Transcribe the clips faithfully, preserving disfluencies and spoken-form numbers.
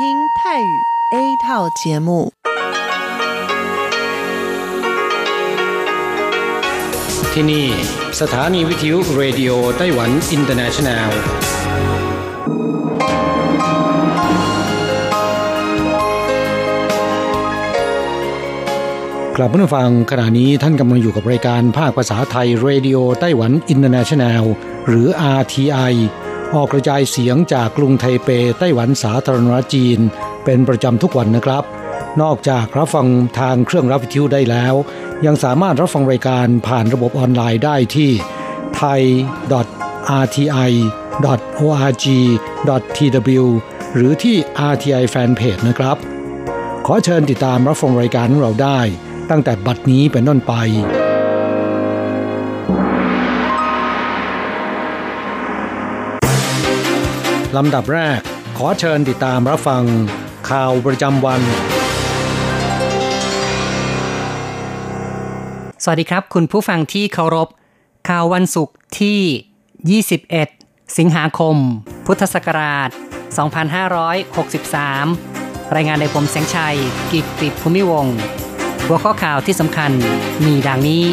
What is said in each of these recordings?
泰语 A 套节目。 ที่นี่สถานีวิทยุเรดิโอไต้หวันอินเตอร์เนชั่นแนลกลับมาฟังขณะนี้ท่านกำลังอยู่กับรายการภาคภาษาไทยเรดิโอไต้หวันอินเตอร์เนชั่นแนลหรือ อาร์ ที ไอ ออกกระจายเสียงจากกรุงไทเปไต้หวันสาธารณรัฐจีนเป็นประจำทุกวันนะครับนอกจากรับฟังทางเครื่องรับวิทยุได้แล้วยังสามารถรับฟังรายการผ่านระบบออนไลน์ได้ที่ ไทย ดอท อาร์ ที ไอ ดอท โอ อาร์ จี ดอท ที ดับเบิลยู หรือที่ อาร์ ที ไอ Fanpage นะครับขอเชิญติดตามรับฟังรายการของเราได้ตั้งแต่บัดนี้เป็นต้นไปลำดับแรกขอเชิญติดตามรับฟังข่าวประจำวันสวัสดีครับคุณผู้ฟังที่เคารพข่าววันศุกร์ที่ยี่สิบเอ็ดสิงหาคมพุทธศักราชสองพันห้าร้อยหกสิบสามรายงานโดยผมแสงชัยกิตติภูมิวงศ์หัวข้อข่าวที่สำคัญมีดังนี้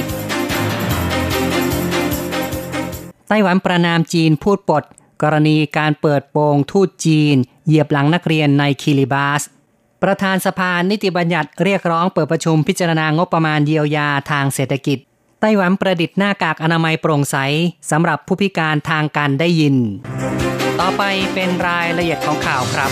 ไต้หวันประณามจีนพูดปดกรณีการเปิดโปงทูตจีนเหยียบหลังนักเรียนในคิริบาสประธานสภานิติบัญญัติเรียกร้องเปิดประชุมพิจารณางบประมาณเยียวยาทางเศรษฐกิจไต้หวันประดิษฐ์หน้ากากอนามัยโปร่งใสสำหรับผู้พิการทางการได้ยินต่อไปเป็นรายละเอียดของข่าวครับ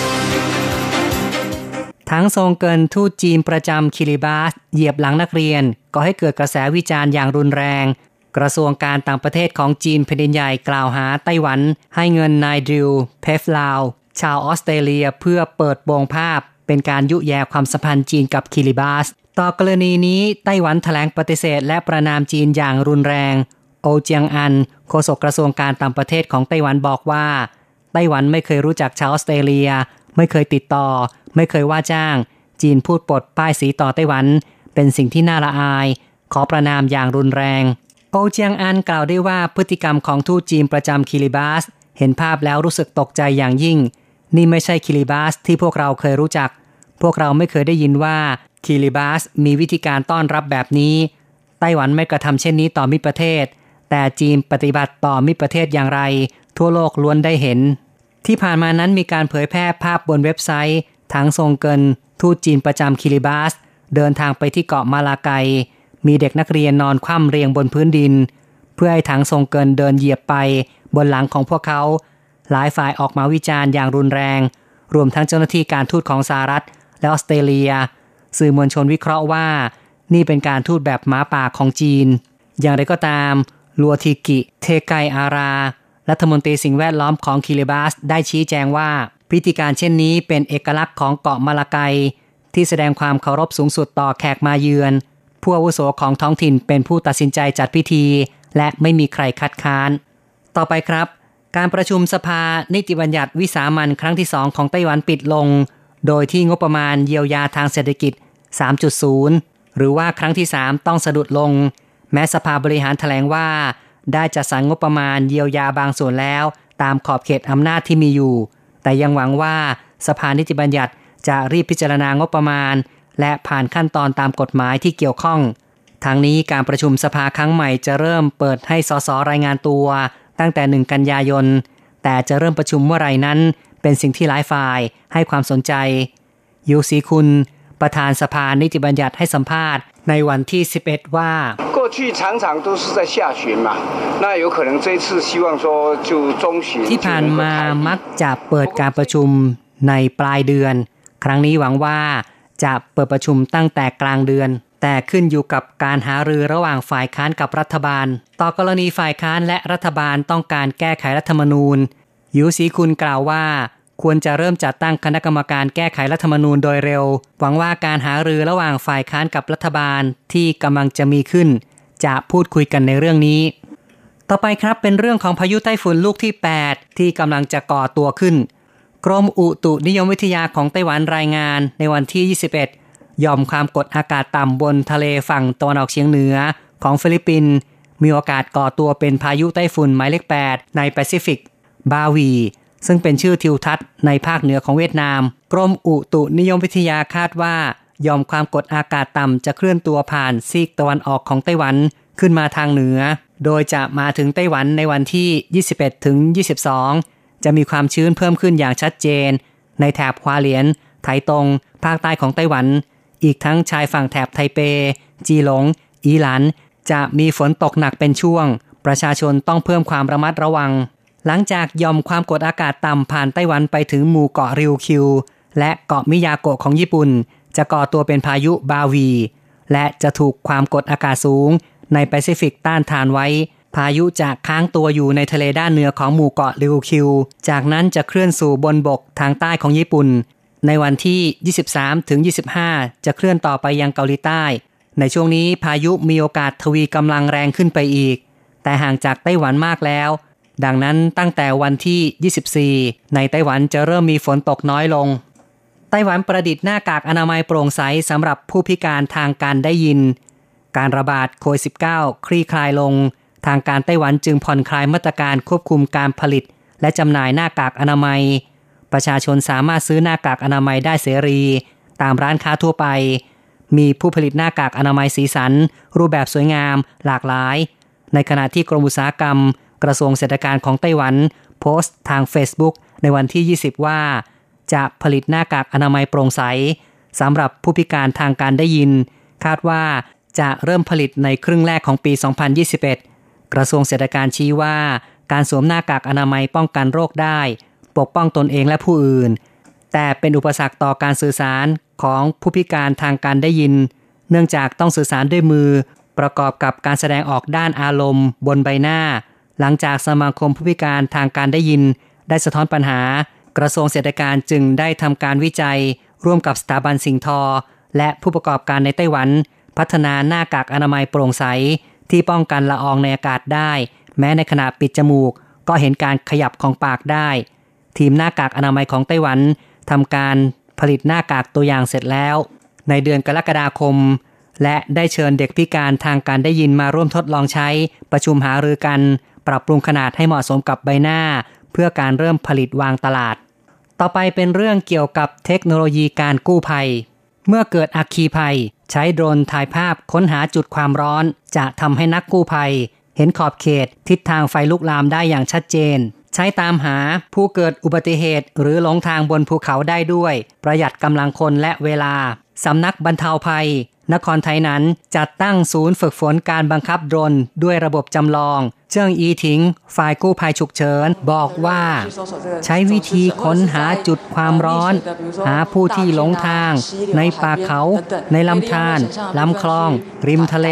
ทั้งทรงเกินทูตจีนประจำคิริบาสเหยียบหลังนักเรียนก่อให้เกิดกระแสวิจารณ์อย่างรุนแรงกระทรวงการต่างประเทศของจีนแผ่นดินใหญ่กล่าวหาไต้หวันให้เงินนายดริวเพฟลาวชาวออสเตรเลียเพื่อเปิดโปงภาพเป็นการยุแย่ความสัมพันธ์จีนกับคิริบาสต่อกรณีนี้ไต้หวันแถลงปฏิเสธและประณามจีนอย่างรุนแรงโอเจียงอันโฆษกกระทรวงการต่างประเทศของไต้หวันบอกว่าไต้หวันไม่เคยรู้จักชาวออสเตรเลียไม่เคยติดต่อไม่เคยว่าจ้างจีนพูดปดป้ายสีต่อไต้หวันเป็นสิ่งที่น่าละอายขอประณามอย่างรุนแรงโอเจียงอันกล่าวได้ว่าพฤติกรรมของทูตจีนประจำคิริบาสเห็นภาพแล้วรู้สึกตกใจอย่างยิ่งนี่ไม่ใช่คิริบาสที่พวกเราเคยรู้จักพวกเราไม่เคยได้ยินว่าคิริบาสมีวิธีการต้อนรับแบบนี้ไต้หวันไม่กระทำเช่นนี้ต่อมิตรประเทศแต่จีนปฏิบัติต่อมิตรประเทศอย่างไรทั่วโลกล้วนได้เห็นที่ผ่านมานั้นมีการเผยแพร่ภาพบนเว็บไซต์ทั้งทรงเกินทูตจีนประจำคิริบาสเดินทางไปที่เกาะมาลาไกมีเด็กนักเรียนนอนคว่ำเรียงบนพื้นดินเพื่อให้ถังทรงเกินเดินเหยียบไปบนหลังของพวกเขาหลายฝ่ายออกมาวิจารณ์อย่างรุนแรงรวมทั้งเจ้าหน้าที่การทูตของสหรัฐและออสเตรเลียสื่อมวลชนวิเคราะห์ว่านี่เป็นการทูตแบบหมาป่าของจีนอย่างไรก็ตามลัวทิกิเทไกอารารัฐมนตรีสิ่งแวดล้อมของคิริบาสได้ชี้แจงว่าพิธีการเช่นนี้เป็นเอกลักษณ์ของเกาะมาลาไกที่แสดงความเคารพสูงสุดต่อแขกมาเยือนผู้อาวุโสของท้องถิ่นเป็นผู้ตัดสินใจจัดพิธีและไม่มีใครคัดค้านต่อไปครับการประชุมสภานิติบัญญัติวิสามัญครั้งที่สองของไต้หวันปิดลงโดยที่งบประมาณเยียวยาทางเศรษฐกิจ สามจุดศูนย์ หรือว่าครั้งที่สามต้องสะดุดลงแม้สภาบริหารแถลงว่าได้จัดสรรงบประมาณเยียวยาบางส่วนแล้วตามขอบเขตอำนาจที่มีอยู่แต่ยังหวังว่าสภานิติบัญญัติจะรีบพิจารณางบประมาณและผ่านขั้นตอนตามกฎหมายที่เกี่ยวข้องทางนี้การประชุมสภาครั้งใหม่จะเริ่มเปิดให้สสรายงานตัวตั้งแต่หนึ่งกันยายนแต่จะเริ่มประชุมเมื่อไหร่นั้นเป็นสิ่งที่หลายฝ่ายให้ความสนใจยูซีคุณประธานสภานิติบัญญัติให้สัมภาษณ์ในวันที่สิบเอ็ดว่า过去常常都是在下旬嘛那有可能这一次希望说就中旬ที่ผ่านมามักจะเปิดการประชุมในปลายเดือนครั้งนี้หวังว่าจะเปิดประชุมตั้งแต่กลางเดือนแต่ขึ้นอยู่กับการหารือระหว่างฝ่ายค้านกับรัฐบาลต่อกรณีฝ่ายค้านและรัฐบาลต้องการแก้ไขรัฐธรรมนูญยูซีคุณกล่าวว่าควรจะเริ่มจัดตั้งคณะกรรมการแก้ไขรัฐธรรมนูญโดยเร็วหวังว่าการหารือระหว่างฝ่ายค้านกับรัฐบาลที่กำลังจะมีขึ้นจะพูดคุยกันในเรื่องนี้ต่อไปครับเป็นเรื่องของพายุไต้ฝุ่นลูกที่แปดที่กำลังจะก่อตัวขึ้นกรมอุตุนิยมวิทยาของไต้หวันรายงานในวันที่ยี่สิบเอ็ดหย่อมความกดอากาศต่ำบนทะเลฝั่งตะวันออกเฉียงเหนือของฟิลิปปินส์มีโอกาสก่อตัวเป็นพายุไต้ฝุ่นหมายเลขแปดในแปซิฟิกบาวีซึ่งเป็นชื่อทิวทัศน์ในภาคเหนือของเวียดนามกรมอุตุนิยมวิทยาคาดว่าหย่อมความกดอากาศต่ำจะเคลื่อนตัวผ่านซีกตะวันออกของไต้หวันขึ้นมาทางเหนือโดยจะมาถึงไต้หวันในวันที่ ยี่สิบเอ็ดถึงยี่สิบสอง จะมีความชื้นเพิ่มขึ้นอย่างชัดเจนในแถบฮวาเหลียนไถตงภาคใต้ของไต้หวันอีกทั้งชายฝั่งแถบไทเปจีหลงอีหลันจะมีฝนตกหนักเป็นช่วงประชาชนต้องเพิ่มความระมัดระวังหลังจากหย่อมความกดอากาศต่ำผ่านไต้หวันไปถึงหมู่เกาะริวคิวและเกาะมิยาโกะของญี่ปุ่นจะก่อตัวเป็นพายุบาวีและจะถูกความกดอากาศสูงในแปซิฟิกต้านทานไว้พายุจะค้างตัวอยู่ในทะเลด้านเหนือของหมู่เกาะริวคิวจากนั้นจะเคลื่อนสู่บนบกทางใต้ของญี่ปุ่นในวันที่ ยี่สิบสามถึงยี่สิบห้า จะเคลื่อนต่อไปยังเกาหลีใต้ในช่วงนี้พายุมีโอกาสทวีกำลังแรงขึ้นไปอีกแต่ห่างจากไต้หวันมากแล้วดังนั้นตั้งแต่วันที่ ยี่สิบสี่ ในไต้หวันจะเริ่มมีฝนตกน้อยลงไต้หวันประดิษฐ์หน้ากากอนามัยโปร่งใสสำหรับผู้พิการทางการได้ยินการระบาดโควิด สิบเก้า คลี่คลายลงทางการไต้หวันจึงผ่อนคลายมาตรการควบคุมการผลิตและจำหน่ายหน้ากากอนามัยประชาชนสามารถซื้อหน้ากากอนามัยได้เสรีตามร้านค้าทั่วไปมีผู้ผลิตหน้ากากอนามัยสีสันรูปแบบสวยงามหลากหลายในขณะที่กรมอุตสาหกรรมกระทรวงเศรษฐกิจของไต้หวันโพสต์ทาง Facebook ในวันที่ ยี่สิบ ว่าจะผลิตหน้ากากอนามัยโปร่งใสสำหรับผู้พิการทางการได้ยินคาดว่าจะเริ่มผลิตในครึ่งแรกของปี สองพันยี่สิบเอ็ด กระทรวงเศรษฐกิจชี้ว่าการสวมหน้ากากอนามัยป้องกันโรคได้ปกป้องตนเองและผู้อื่นแต่เป็นอุปสรรคต่อการสื่อสารของผู้พิการทางการได้ยินเนื่องจากต้องสื่อสารด้วยมือประกอบกับการแสดงออกด้านอารมณ์บนใบหน้าหลังจากสมาคมผู้พิการทางการได้ยินได้สะท้อนปัญหากระทรวงเศรษฐกิจจึงได้ทำการวิจัยร่วมกับสถาบันสิ่งทอและผู้ประกอบการในไต้หวันพัฒนาหน้ากากอนามัยโปร่งใสที่ป้องกันละอองในอากาศได้แม้ในขณะปิดจมูกก็เห็นการขยับของปากได้ทีมหน้ากากอนามัยของไต้หวันทำการผลิตหน้ากากตัวอย่างเสร็จแล้วในเดือนกรกฎาคมและได้เชิญเด็กพิการทางการได้ยินมาร่วมทดลองใช้ประชุมหารือกันปรับปรุงขนาดให้เหมาะสมกับใบหน้าเพื่อการเริ่มผลิตวางตลาดต่อไปเป็นเรื่องเกี่ยวกับเทคโนโลยีการกู้ภัยเมื่อเกิดอัคคีภัยใช้โดรนถ่ายภาพค้นหาจุดความร้อนจะทำให้นักกู้ภัยเห็นขอบเขตทิศทางไฟลุกลามได้อย่างชัดเจนใช้ตามหาผู้เกิดอุบัติเหตุหรือหลงทางบนภูเขาได้ด้วยประหยัดกำลังคนและเวลาสำนักบรรเทาภัยนครไทยนั้นจัดตั้งศูนย์ฝึกฝนการบังคับโดรนด้วยระบบจำลองเจิ้งอีถิงฝ่ายกู้ภัยฉุกเฉินบอกว่าใช้วิธีค้นหาจุดความร้อนหาผู้ที่หลงทางในป่าเขาในลำธารลำคลองริมทะเล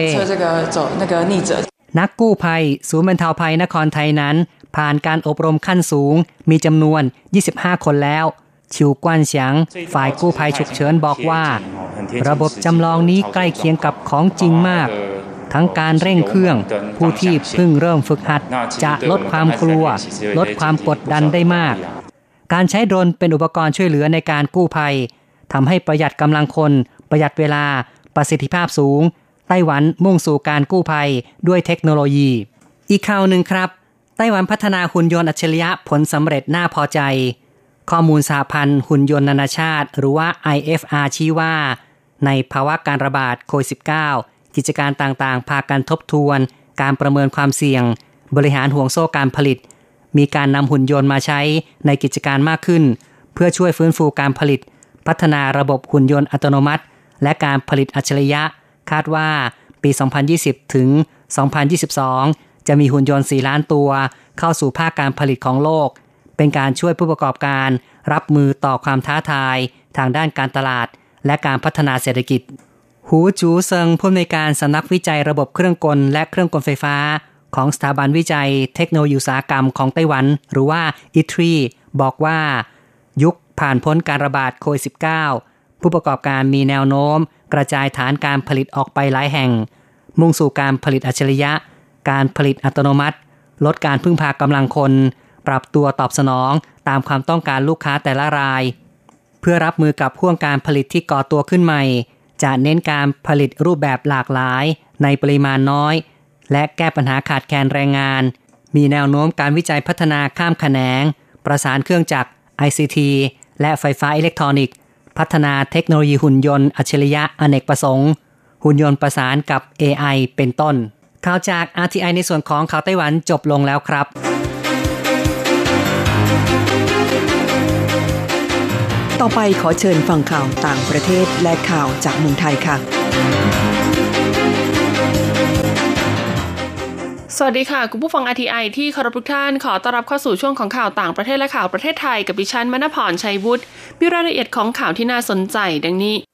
นักกู้ภัยศูนย์บรรเทาภัยนครไทยนั้นผ่านการอบรมขั้นสูงมีจำนวนยี่สิบห้าคนแล้วชิวกวนเฉียงฝ่ายกู้ภัยฉุกเฉินบอกว่าระบบจำลองนี้ใกล้เคียงกับของจริงมากทั้งการเร่งเครื่องผู้ที่เพิ่งเริ่มฝึกหัดจะลดความกลัวลดความกดดันได้มากการใช้โดรนเป็นอุปกรณ์ช่วยเหลือในการกู้ภัยทำให้ประหยัดกำลังคนประหยัดเวลาประสิทธิภาพสูงไต้หวันมุ่งสู่การกู้ภัยด้วยเทคโนโลยีอีกข่าวหนึ่งครับไต้หวันพัฒนาหุ่นยนต์อัจฉริยะผลสำเร็จน่าพอใจข้อมูลสหพันธ์หุ่นยนต์นานาชาติหรือว่า ไอ เอฟ อาร์ ชี้ว่าในภาวะการระบาดโควิด สิบเก้า กิจการต่างๆพากันทบทวนการประเมินความเสี่ยงบริหารห่วงโซ่การผลิตมีการนำหุ่นยนต์มาใช้ในกิจการมากขึ้นเพื่อช่วยฟื้นฟูการผลิตพัฒนาระบบหุ่นยนต์อัตโนมัติและการผลิตอัจฉริยะคาดว่าปี สองพันยี่สิบ ถึง สองพันยี่สิบสอง จะมีหุ่นยนต์ สี่ล้านตัวเข้าสู่ภาคการผลิตของโลกเป็นการช่วยผู้ประกอบการรับมือต่อความท้าทายทางด้านการตลาดและการพัฒนาเศรษฐกิจหูจูเซิงผู้อำนวยการสำนักวิจัยระบบเครื่องกลและเครื่องกลไฟฟ้าของสถาบันวิจัยเทคโนโลยีอุตสาหกรรมของไต้หวันหรือว่า อี ทรี บอกว่ายุคผ่านพ้นการระบาดโควิด สิบเก้า ผู้ประกอบการมีแนวโน้มกระจายฐานการผลิตออกไปหลายแห่งมุ่งสู่การผลิตอัจฉริยะการผลิตอัตโนมัติลดการพึ่งพากำลังคนปรับตัวตอบสนองตามความต้องการลูกค้าแต่ละรายเพื่อรับมือกับห่วงการผลิตที่ก่อตัวขึ้นใหม่จะเน้นการผลิตรูปแบบหลากหลายในปริมาณน้อยและแก้ปัญหาขาดแคลนแรงงานมีแนวโน้มการวิจัยพัฒนาข้ามแขนงประสานเครื่องจักร ไอ ซี ที และไฟฟ้าอิเล็กทรอนิกส์พัฒนาเทคโนโลยีหุ่นยนต์อัจฉริยะอเนกประสงค์หุ่นยนต์ประสานกับ เอ ไอ เป็นต้นข่าวจาก อาร์ ที ไอ ในส่วนของข่าวไต้หวันจบลงแล้วครับต่อไปขอเชิญฟังข่าวต่างประเทศและข่าวจากเมืองไทยค่ะสวัสดีค่ะคุณผู้ฟัง อาร์ ที ไอ ที่เคารพทุกท่านขอต้อนรับเข้าสู่ช่วงของข่าวต่างประเทศและข่าวประเทศไทยกับดิฉันมณพรชัยวุฒิมีรายละเอียดของข่าวที่น่าสนใจดังนี้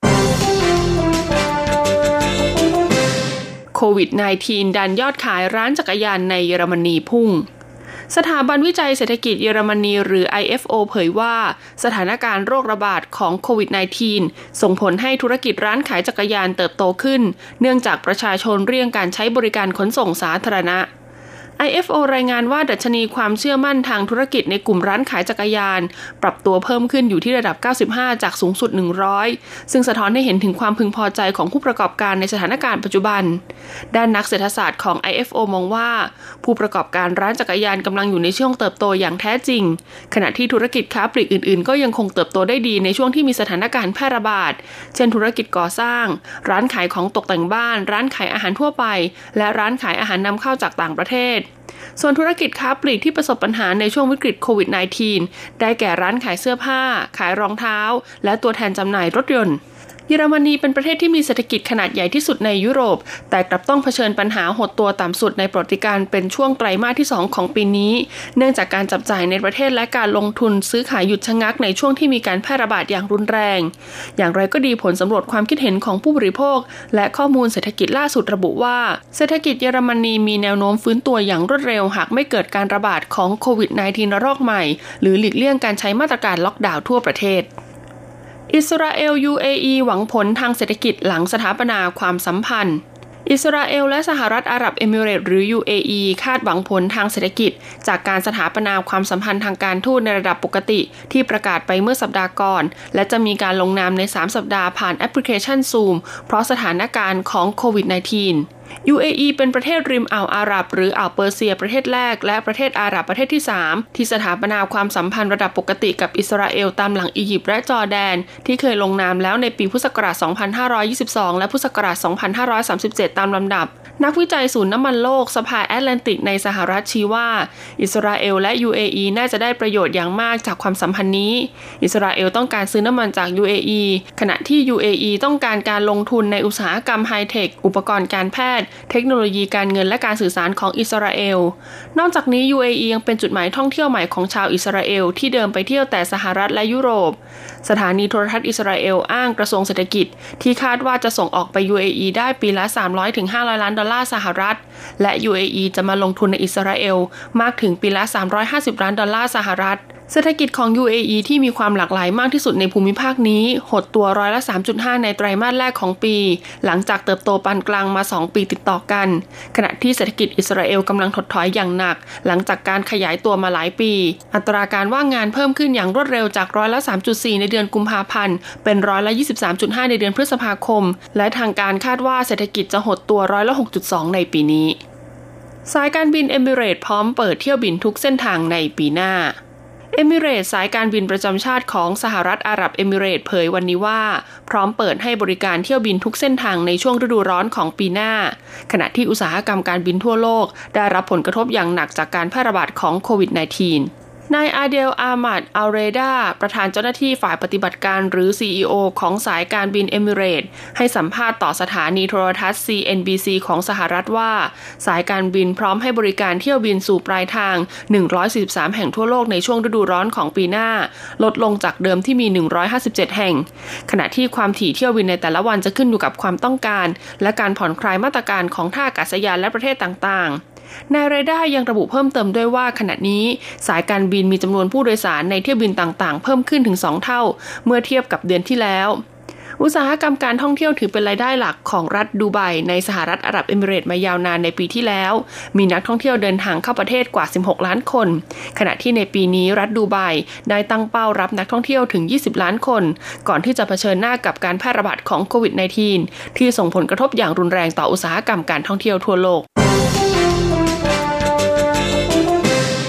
โควิด สิบเก้า ดันยอดขายร้านจักรยานในเยอรมนีพุ่งสถาบันวิจัยเศรษฐกิจเยอรมนีหรือ ไอ เอฟ โอ เผยว่าสถานการณ์โรคระบาดของโควิด สิบเก้า ส่งผลให้ธุรกิจร้านขายจักรยานเติบโตขึ้นเนื่องจากประชาชนเลี่ยงการใช้บริการขนส่งสาธารณะไอ เอฟ โอ รายงานว่าดัชนีความเชื่อมั่นทางธุรกิจในกลุ่มร้านขายจักรยานปรับตัวเพิ่มขึ้นอยู่ที่ระดับเก้าสิบห้าจากสูงสุดหนึ่งร้อยซึ่งสะท้อนให้เห็นถึงความพึงพอใจของผู้ประกอบการในสถานการณ์ปัจจุบันด้านนักเศรษฐศาสตร์ของ ไอ เอฟ โอ มองว่าผู้ประกอบการร้านจักรยานกำลังอยู่ในช่วงเติบโตอย่างแท้จริงขณะที่ธุรกิจค้าปลีกอื่นๆก็ยังคงเติบโตได้ดีในช่วงที่มีสถานการณ์แพร่ระบาดเช่นธุรกิจก่อสร้างร้านขายของตกแต่งบ้านร้านขายอาหารทั่วไปและร้านขายอาหารนำเข้าจากต่างประเทศส่วนธุรกิจค้าปลีกที่ประสบปัญหาในช่วงวิกฤตโควิด สิบเก้า ได้แก่ร้านขายเสื้อผ้าขายรองเท้าและตัวแทนจำหน่ายรถยนต์เยอรมนีเป็นประเทศที่มีเศรษฐกิจขนาดใหญ่ที่สุดในยุโรปแต่กลับต้องเผชิญปัญหาหดตัวต่ำสุดในประวัติการเป็นช่วงไตรมาสที่สองของปีนี้เนื่องจากการจับจ่ายในประเทศและการลงทุนซื้อขายหยุดชะงักในช่วงที่มีการแพร่ระบาดอย่างรุนแรงอย่างไรก็ดีผลสำรวจความคิดเห็นของผู้บริโภคและข้อมูลเศรษฐกิจล่าสุดระบุว่าเศรษฐกิจเยอรมนีมีแนวโน้มฟื้นตัวอย่างรวดเร็วหากไม่เกิดการระบาดของโควิด สิบเก้า ระลอกใหม่หรือหลีกเลี่ยงการใช้มาตรการล็อกดาวน์ทั่วประเทศอิสราเอล ยู เอ อี หวังผลทางเศรษฐกิจหลังสถาปนาความสัมพันธ์อิสราเอลและสหรัฐอาหรับเอมิเรตส์หรือ ยู เอ อี คาดหวังผลทางเศรษฐกิจจากการสถาปนาความสัมพันธ์ทางการทูตในระดับปกติที่ประกาศไปเมื่อสัปดาห์ก่อนและจะมีการลงนามในสามสัปดาห์ผ่านแอปพลิเคชัน Zoom เพราะสถานการณ์ของโควิด สิบเก้ายู เอ อี เป็นประเทศริมอ่าวอาหรับหรืออ่าวเปอร์เซียประเทศแรกและประเทศอาหรับประเทศที่สามที่สถาปนาความสัมพันธ์ระดับปกติกับอิสราเอลตามหลังอียิปต์และจอร์แดนที่เคยลงนามแล้วในปีพุทธศักราช สองพันห้าร้อยยี่สิบสอง และพุทธศักราช สองพันห้าร้อยสามสิบเจ็ด ตามลำดับนักวิจัยศูนย์น้ำมันโลกสภาแอตแลนติกในสหรัฐชี้ว่าอิสราเอลและ ยู เอ อี น่าจะได้ประโยชน์อย่างมากจากความสัมพันธ์นี้อิสราเอลต้องการซื้อน้ำมันจาก ยู เอ อี ขณะที่ ยู เอ อี ต้องการการลงทุนในอุตสาหกรรมไฮเทคอุปกรณ์การแพทย์เทคโนโลยีการเงินและการสื่อสารของอิสราเอลนอกจากนี้ ยู เอ อี ยังเป็นจุดหมายท่องเที่ยวใหม่ของชาวอิสราเอลที่เดิมไปเที่ยวแต่สหรัฐและยุโรปสถานีโทรทัศน์อิสราเอลอ้างกระทรวงเศรษฐกิจที่คาดว่าจะส่งออกไป ยู เอ อี ได้ปีละสามร้อยถึงห้าร้อยล้านดอลลาร์สหรัฐและ ยู เอ อี จะมาลงทุนในอิสราเอลมากถึงปีละสามร้อยห้าสิบล้านดอลลาร์สหรัฐเศรษฐกิจของ ยู เอ อี ที่มีความหลากหลายมากที่สุดในภูมิภาคนี้หดตัวร้อยละ สามจุดห้า ในไตรมาสแรกของปีหลังจากเติบโตปานกลางมาสองปีติดต่อกันขณะที่เศรษฐกิจอิสราเอลกำลังถดถอยอย่างหนักหลังจากการขยายตัวมาหลายปีอัตราการว่างงานเพิ่มขึ้นอย่างรวดเร็วจากร้อยละ สามจุดสี่ ในเดือนกุมภาพันธ์เป็นร้อยละ ยี่สิบสามจุดห้า ในเดือนพฤษภาคมและทางการคาดว่าเศรษฐกิจจะหดตัวร้อยละ หกจุดสอง ในปีนี้สายการบินเอมิเรตส์พร้อมเปิดเที่ยวบินทุกเส้นทางในปีหน้าเอมิเรตส์สายการบินประจำชาติของสหรัฐอาหรับเอมิเรตส์เผยวันนี้ว่าพร้อมเปิดให้บริการเที่ยวบินทุกเส้นทางในช่วงฤดูร้อนของปีหน้าขณะที่อุตสาหกรรมการบินทั่วโลกได้รับผลกระทบอย่างหนักจากการแพร่ระบาดของโควิด สิบเก้านายอาเดล อามัด อัลเรดาประธานเจ้าหน้าที่ฝ่ายปฏิบัติการหรือ ซี อี โอ ของสายการบินเอมิเรตส์ให้สัมภาษณ์ต่อสถานีโทรทัศน์ ซี เอ็น บี ซี ของสหรัฐว่าสายการบินพร้อมให้บริการเที่ยวบินสู่ปลายทางหนึ่งร้อยสี่สิบสามแห่งทั่วโลกในช่วงฤดูร้อนของปีหน้าลดลงจากเดิมที่มีหนึ่งร้อยห้าสิบเจ็ดแห่งขณะที่ความถี่เที่ยวบินในแต่ละวันจะขึ้นอยู่กับความต้องการและการผ่อนคลายมาตรการของท่าอากาศยานและประเทศต่างๆนายเรด้ายังระบุเพิ่มเติมด้วยว่าขณะนี้สายการบินมีจำนวนผู้โดยสารในเที่ยวบินต่างๆเพิ่มขึ้นถึงสองเท่าเมื่อเทียบกับเดือนที่แล้วอุตสาหกรรมการท่องเที่ยวถือเป็นรายได้หลักของรัฐดูไบในสหรัฐอาหรับเอมิเรตส์มายาวนานในปีที่แล้วมีนักท่องเที่ยวเดินทางเข้าประเทศกว่าสิบหกล้านคนขณะที่ในปีนี้รัฐดูไบได้ตั้งเป้ารับนักท่องเที่ยวถึงยี่สิบล้านคนก่อนที่จะเผชิญหน้ากับการแพร่ระบาดของโควิด สิบเก้า ที่ส่งผลกระทบอย่างรุนแรงต่ออุตสาหกรรมการท่องเที่ยวทั่วโลก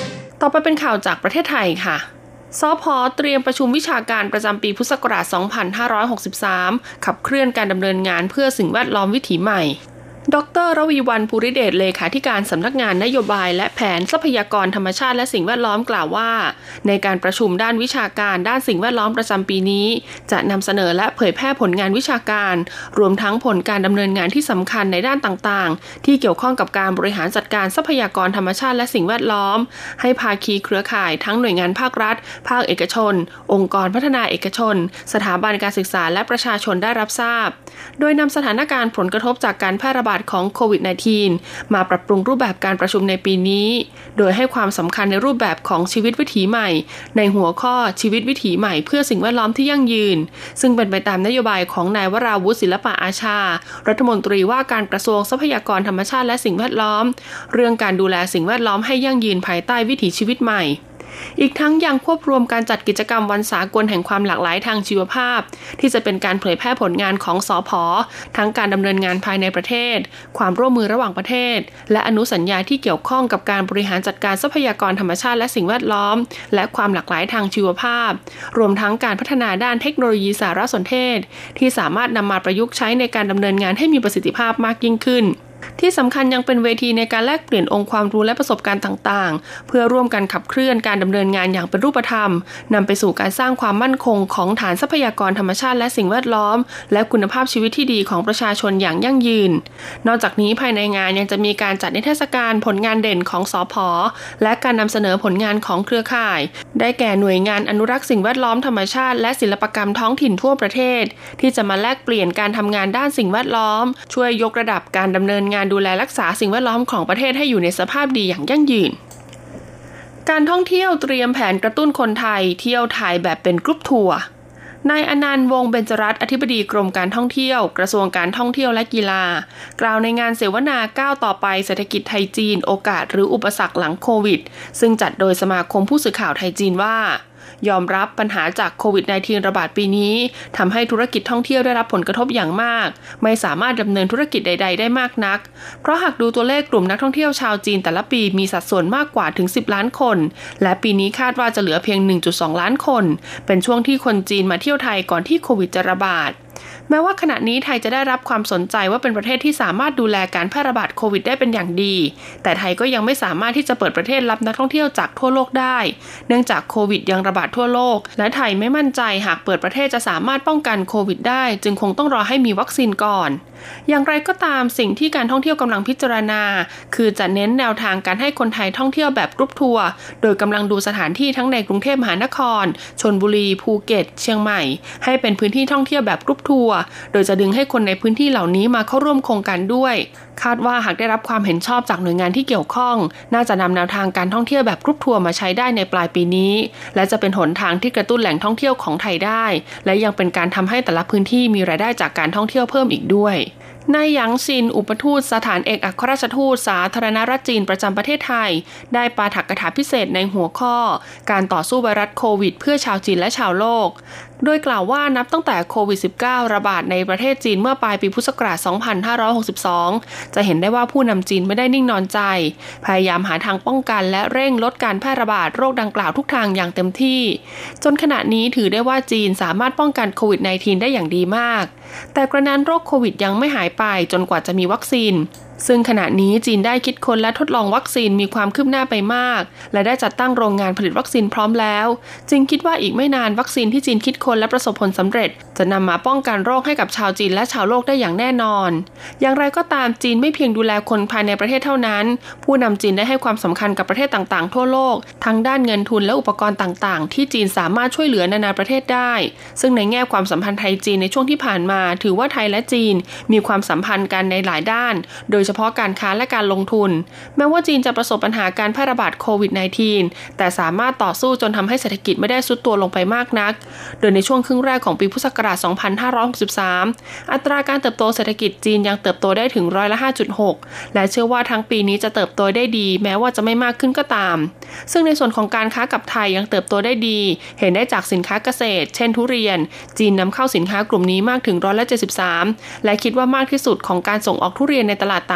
ต่อไปเป็นข่าวจากประเทศไทยค่ะสผ.เตรียมประชุมวิชาการประจำปีพุทธศักราช สองพันห้าร้อยหกสิบสาม ขับเคลื่อนการดำเนินงานเพื่อสิ่งแวดล้อมวิถีใหม่ดร.ระวีวรรณ ภูริเดชเลขาธิการสำนักงานนโยบายและแผนทรัพยากรธรรมชาติและสิ่งแวดล้อมกล่าวว่าในการประชุมด้านวิชาการด้านสิ่งแวดล้อมประจำปีนี้จะนำเสนอและเผยแพร่ผลงานวิชาการรวมทั้งผลการดำเนินงานที่สำคัญในด้านต่างๆที่เกี่ยวข้องกับการบริหารจัดการทรัพยากรธรรมชาติและสิ่งแวดล้อมให้ภาคีเครือข่ายทั้งหน่วยงานภาครัฐภาคเอกชนองค์กรพัฒนาเอกชนสถาบันการศึกษาและประชาชนได้รับทราบโดยนำสถานการณ์ผลกระทบจากการแพร่ระบาดของโควิด สิบเก้า มาปรับปรุงรูปแบบการประชุมในปีนี้โดยให้ความสำคัญในรูปแบบของชีวิตวิถีใหม่ในหัวข้อชีวิตวิถีใหม่เพื่อสิ่งแวดล้อมที่ยั่งยืนซึ่งเป็นไปตามนโยบายของนายวราวุฒิศิลปะอาชารัฐมนตรีว่าการกระทรวงทรัพยากรธรรมชาติและสิ่งแวดล้อมเรื่องการดูแลสิ่งแวดล้อมให้ยั่งยืนภายใต้วิถีชีวิตใหม่อีกทั้งยังควบรวมการจัดกิจกรรมวันสากลแห่งความหลากหลายทางชีวภาพที่จะเป็นการเผยแพร่ผลงานของสผ.ทั้งการดำเนินงานภายในประเทศความร่วมมือระหว่างประเทศและอนุสัญญาที่เกี่ยวข้องกับการบริหารจัดการทรัพยากรธรรมชาติและสิ่งแวดล้อมและความหลากหลายทางชีวภาพรวมทั้งการพัฒนาด้านเทคโนโลยีสารสนเทศที่สามารถนำมาประยุกต์ใช้ในการดำเนินงานให้มีประสิทธิภาพมากยิ่งขึ้นที่สำคัญยังเป็นเวทีในการแลกเปลี่ยนองค์ความรู้และประสบการณ์ต่างๆเพื่อร่วมกันขับเคลื่อนการดำเนินงานอย่างเป็นรูปธรรมนำไปสู่การสร้างความมั่นคงของฐานทรัพยากรธรรมชาติและสิ่งแวดล้อมและคุณภาพชีวิตที่ดีของประชาชนอย่างยั่งยืนนอกจากนี้ภายในงานยังจะมีการจัดนิทรรศการผลงานเด่นของสผ.และการนำเสนอผลงานของเครือข่ายได้แก่หน่วยงานอนุรักษ์สิ่งแวดล้อมธรรมชาติและศิลปกรรมท้องถิ่นทั่วประเทศที่จะมาแลกเปลี่ยนการทำงานด้านสิ่งแวดล้อมช่วยยกระดับการดำเนินงานดูแลรักษาสิ่งแวดล้อมของประเทศให้อยู่ในสภาพดีอย่างยั่งยืนการท่องเที่ยวเตรียมแผนกระตุ้นคนไทยเที่ยวไทยแบบเป็นกรุ๊ปทัวร์นายอนันต์วงศ์เบญจรัตน์อธิบดีกรมการท่องเที่ยวกระทรวงการท่องเที่ยวและกีฬากล่าวในงานเสวนาก้าวต่อไปเศรษฐกิจไทยจีนโอกาสหรืออุปสรรคหลังโควิดซึ่งจัดโดยสมาคมผู้สื่อข่าวไทยจีนว่ายอมรับปัญหาจากโควิด สิบเก้า ระบาดปีนี้ทำให้ธุรกิจท่องเที่ยวได้รับผลกระทบอย่างมากไม่สามารถดำเนินธุรกิจใดๆได้มากนักเพราะหากดูตัวเลขกลุ่มนักท่องเที่ยวชาวจีนแต่ละปีมีสัดส่วนมากกว่าถึงสิบล้านคนและปีนี้คาดว่าจะเหลือเพียง หนึ่งจุดสอง ล้านคนเป็นช่วงที่คนจีนมาเที่ยวไทยก่อนที่โควิดจะระบาดแม้ว่าขณะนี้ไทยจะได้รับความสนใจว่าเป็นประเทศที่สามารถดูแลการแพร่ระบาดโควิดได้เป็นอย่างดีแต่ไทยก็ยังไม่สามารถที่จะเปิดประเทศรับนักท่องเที่ยวจากทั่วโลกได้เนื่องจากโควิดยังระบาดทั่วโลกและไทยไม่มั่นใจหากเปิดประเทศจะสามารถป้องกันโควิดได้จึงคงต้องรอให้มีวัคซีนก่อนอย่างไรก็ตามสิ่งที่การท่องเที่ยวกำลังพิจารณาคือจะเน้นแนวทางการให้คนไทยท่องเที่ยวแบบกรุ๊ปทัวร์โดยกำลังดูสถานที่ทั้งในกรุงเทพมหานครชลบุรีภูเก็ตเชียงใหม่ให้เป็นพื้นที่ท่องเที่ยวแบบกรุ๊ปทัวร์โดยจะดึงให้คนในพื้นที่เหล่านี้มาเข้าร่วมโครงการด้วยคาดว่าหากได้รับความเห็นชอบจากหน่วยงานที่เกี่ยวข้องน่าจะนำแนวทางการท่องเที่ยวแบบกรุ๊ปทัวร์มาใช้ได้ในปลายปีนี้และจะเป็นหนทางที่กระตุ้นแหล่งท่องเที่ยวของไทยได้และยังเป็นการทำให้แต่ละพื้นที่มีรายได้จากการท่องเที่ยวเพิ่มอีกด้วยนายหยางซินอุปทูตสถานเอกอัครราชทูตสาธารณรัฐจีนประจำประเทศไทยได้ปาฐกถาพิเศษในหัวข้อการต่อสู้ไวรัสโควิดเพื่อชาวจีนและชาวโลกโดยกล่าวว่านับตั้งแต่โควิด สิบเก้า ระบาดในประเทศจีนเมื่อปลายปีพุทธศักราช สองพันห้าร้อยหกสิบสอง จะเห็นได้ว่าผู้นำจีนไม่ได้นิ่งนอนใจพยายามหาทางป้องกันและเร่งลดการแพร่ระบาดโรคดังกล่าวทุกทางอย่างเต็มที่จนขณะนี้ถือได้ว่าจีนสามารถป้องกันโควิด สิบเก้า ได้อย่างดีมากแต่กระนั้นโรคโควิดยังไม่หายไปจนกว่าจะมีวัคซีนซึ่งขณะนี้จีนได้คิดค้นและทดลองวัคซีนมีความคืบหน้าไปมากและได้จัดตั้งโรงงานผลิตวัคซีนพร้อมแล้วจึงคิดว่าอีกไม่นานวัคซีนที่จีนคิดค้นและประสบผลสำเร็จจะนำมาป้องกันโรคให้กับชาวจีนและชาวโลกได้อย่างแน่นอนอย่างไรก็ตามจีนไม่เพียงดูแลคนภายในประเทศเท่านั้นผู้นำจีนได้ให้ความสำคัญกับประเทศต่างๆทั่วโลกทั้งด้านเงินทุนและอุปกรณ์ต่างๆที่จีนสามารถช่วยเหลือนานาประเทศได้ซึ่งในแง่ความสัมพันธ์ไทยจีนในช่วงที่ผ่านมาถือว่าไทยและจีนมีความสัมพันธ์กันในหลายด้านโดยเฉพาะการค้าและการลงทุนแม้ว่าจีนจะประสบปัญหาการแพร่ระบาดโควิด สิบเก้า แต่สามารถต่อสู้จนทำให้เศรษฐกิจไม่ได้ทรุดตัวลงไปมากนักโดยในช่วงครึ่งแรกของปีพุทธศักราช สองพันห้าร้อยหกสิบสาม อัตราการเติบโตเศรษฐกิจจีนยังเติบโตได้ถึงร้อยละ ห้าจุดหก และเชื่อว่าทั้งปีนี้จะเติบโตได้ดีแม้ว่าจะไม่มากขึ้นก็ตามซึ่งในส่วนของการค้ากับไทยยังเติบโตได้ดีเห็นได้จากสินค้าเกษตรเช่นทุเรียนจีนนำเข้าสินค้ากลุ่มนี้มากถึงร้อยละเจ็ดสิบสามและคิดว่ามากที่สุดของการส่งออกทุเรียนในตลาดต่าง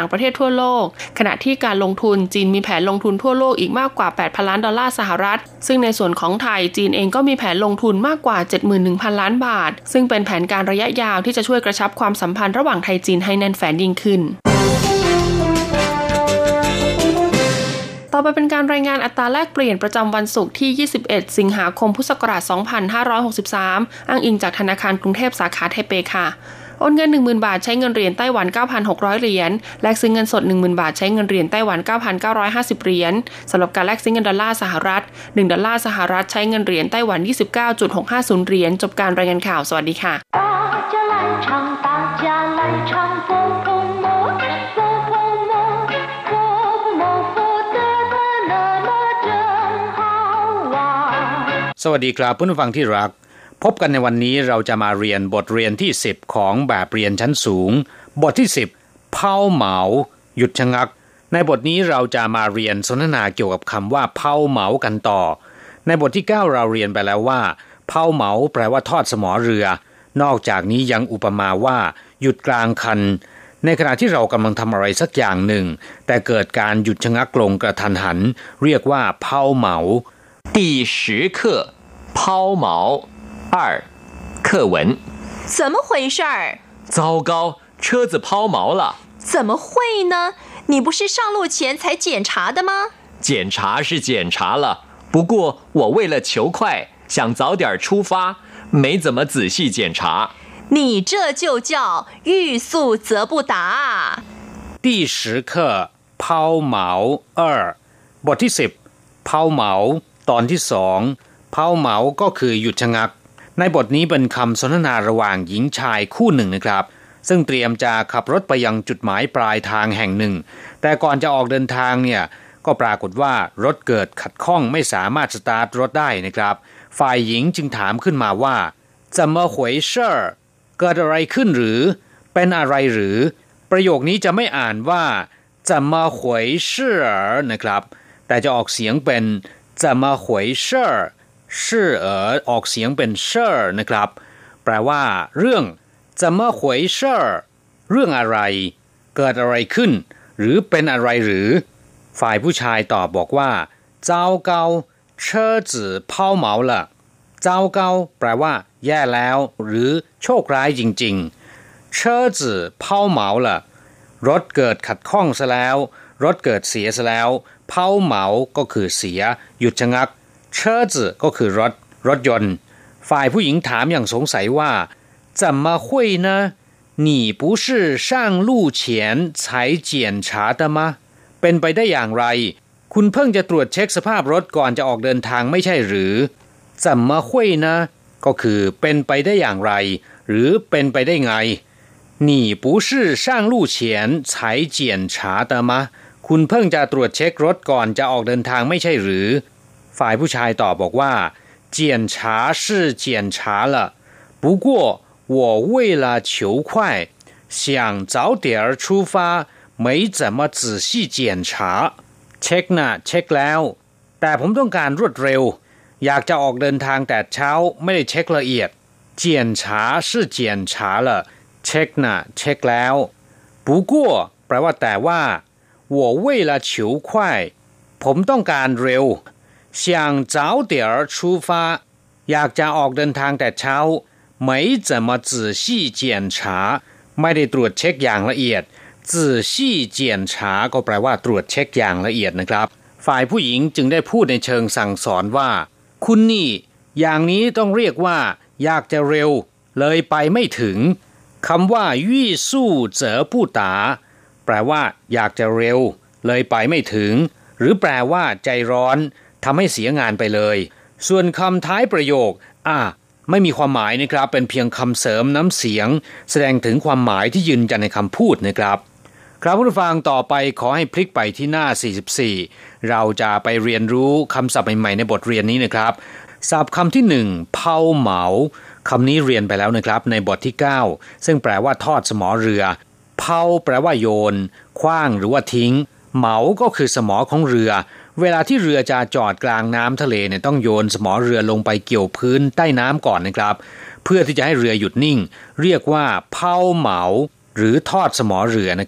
างประเทศทั่วโลกขณะที่การลงทุนจีนมีแผนลงทุนทั่วโลกอีกมากกว่า แปดพัน ล้านดอลลาร์สหรัฐซึ่งในส่วนของไทยจีนเองก็มีแผนลงทุนมากกว่า เจ็ดหมื่นหนึ่งพัน ล้านบาทซึ่งเป็นแผนการระยะยาวที่จะช่วยกระชับความสัมพันธ์ระหว่างไทยจีนให้แน่นแฟ้นยิ่งขึ้นต่อไปเป็นการรายงานอัตราแลกเปลี่ยนประจำวันศุกร์ที่ยี่สิบเอ็ดสิงหาคมพุทธศักราชสองพันห้าร้อยหกสิบสามอ้างอิงจากธนาคารกรุงเทพสาขาไทเปค่ะโอนเงิน หนึ่งหมื่น บาทใช้เงินเหรียญไต้หวัน เก้าพันหกร้อย เหรียญแลกซื้อเงินสด หนึ่งหมื่น บาทใช้เงินเหรียญไต้หวัน เก้าพันเก้าร้อยห้าสิบ เหรียญสำหรับการแลกซื้อเงินดอลลาร์สหรัฐหนึ่งดอลลาร์สหรัฐใช้เงินเหรียญไต้หวัน ยี่สิบเก้าจุดหกห้าศูนย์ เหรียญจบการรายงานข่าวสวัสดีค่ะสวัสดีครับผู้ฟังที่รักพบกันในวันนี้เราจะมาเรียนบทเรียนที่สิบของแบบเรียนชั้นสูงบทที่สิบเผาเหมาหยุดชะงักในบทนี้เราจะมาเรียนสนทนาเกี่ยวกับคำว่าเผาเหมากันต่อในบทที่เก้าเราเรียนไปแล้วว่าเผาเหมาแปลว่าทอดสมอเรือนอกจากนี้ยังอุปมาว่าหยุดกลางคันในขณะที่เรากำลังทำอะไรสักอย่างหนึ่งแต่เกิดการหยุดชะงักลงกระทันหันเรียกว่าเผาเหมา第十课抛锚二课文怎么回事儿？ 糟糕，车子抛锚了。 怎么会呢？你不是上路前才检查的吗？ 检查是检查了，不过我为了求快，想早点出发，没怎么仔细检查。 你这就叫欲速则不达。 第十课抛锚二บทที่สิบเผาเหมาตอนที่สองเผาเหมาก็คือหยุดชะงักในบทนี้เป็นคำสนทนาระหว่างหญิงชายคู่หนึ่งนะครับซึ่งเตรียมจะขับรถไปยังจุดหมายปลายทางแห่งหนึ่งแต่ก่อนจะออกเดินทางเนี่ยก็ปรากฏว่ารถเกิดขัดข้องไม่สามารถสตาร์ทรถได้นะครับฝ่ายหญิงจึงถามขึ้นมาว่า怎么回事เกิดอะไรขึ้นหรือเป็นอะไรหรือประโยคนี้จะไม่อ่านว่า怎么回事นะครับแต่จะออกเสียงเป็น怎么回事ชื่อเอ๋อออกเสียงเป็นเช่อนะครับแปลว่าเรื่อง怎么回事เรื่องอะไรเกิดอะไรขึ้นหรือเป็นอะไรหรือฝ่ายผู้ชายตอบบอกว่า糟糕车子抛锚了糟糕แปลว่าแย่แล้วหรือโชคร้ายจริงๆ车子抛锚了รถเกิดขัดข้องซะแล้วรถเกิดเสียซะแล้วเผาเหมาก็คือเสียหยุดชะงัก车子ก็คือรถรถยนต์ฝ่ายผู้หญิงถามอย่างสงสัยว่า怎么会呢你不是上路前才检查的吗เป็นไปได้อย่างไรคุณเพิ่งจะตรวจเช็คสภาพรถก่อนจะออกเดินทางไม่ใช่หรือ怎么会呢ก็คือเป็นไปได้อย่างไรหรือเป็นไปได้ไง你不是上路前才检查的吗คุณเพิ่งจะตรวจเช็ครถก่อนจะออกเดินทางไม่ใช่หรือฝ่ายผู้ชายตอบบอกว่า检查是检查了不过我为了求快想早点出发没怎么仔细检查เช็คนะเช็คแล้วแต่ผมต้องการรวดเร็วอยากจะออกเดินทางแต่เช้าไม่ได้เช็คละเอียด检查是检查了เช็คนะเช็คแล้ว不过แปลว่าแต่ว่า我为了求快ผมต้องการเร็ว想早点出发อยากจะออกเดินทางแต่เช้า没怎么仔细检查ไม่ได้ตรวจเช็คอย่างละเอียด仔细检查ก็แปลว่าตรวจเช็คอย่างละเอียดนะครับฝ่ายผู้หญิงจึงได้พูดในเชิงสั่งสอนว่าคุณนี่อย่างนี้ต้องเรียกว่าอยากจะเร็วเลยไปไม่ถึงคำว่ายี่สู้เจ๋อผู้ตาแปลว่าอยากจะเร็วเลยไปไม่ถึงหรือแปลว่าใจร้อนทำให้เสียงานไปเลยส่วนคำท้ายประโยคอ่ะไม่มีความหมายนะครับเป็นเพียงคำเสริมน้ำเสียงแสดงถึงความหมายที่ยืนยันในคำพูดนะครับครับผู้ฟังต่อไปขอให้พลิกไปที่หน้าสี่สิบสี่เราจะไปเรียนรู้คำศัพท์ใหม่ๆในบทเรียนนี้นะครับศัพท์คำที่หนึ่งเผาเหมาคำนี้เรียนไปแล้วนะครับในบทที่เก้าซึ่งแปลว่าทอดสมอเรือเผาแปลว่าโยนขว้างหรือว่าทิ้งเหมาก็คือสมอของเรือเวลาที่เรือจะจอดกลางน้ำทะเลเนี่ยต้องโยนสมอเรือลงไปเกี่ยวพื้นใต้น้ำก่อนนะครับเพื่อที่จะให้เรือหยุดนิ่งเรียกว่าเผาเหมาหรือทอดสมอเรือนะครับ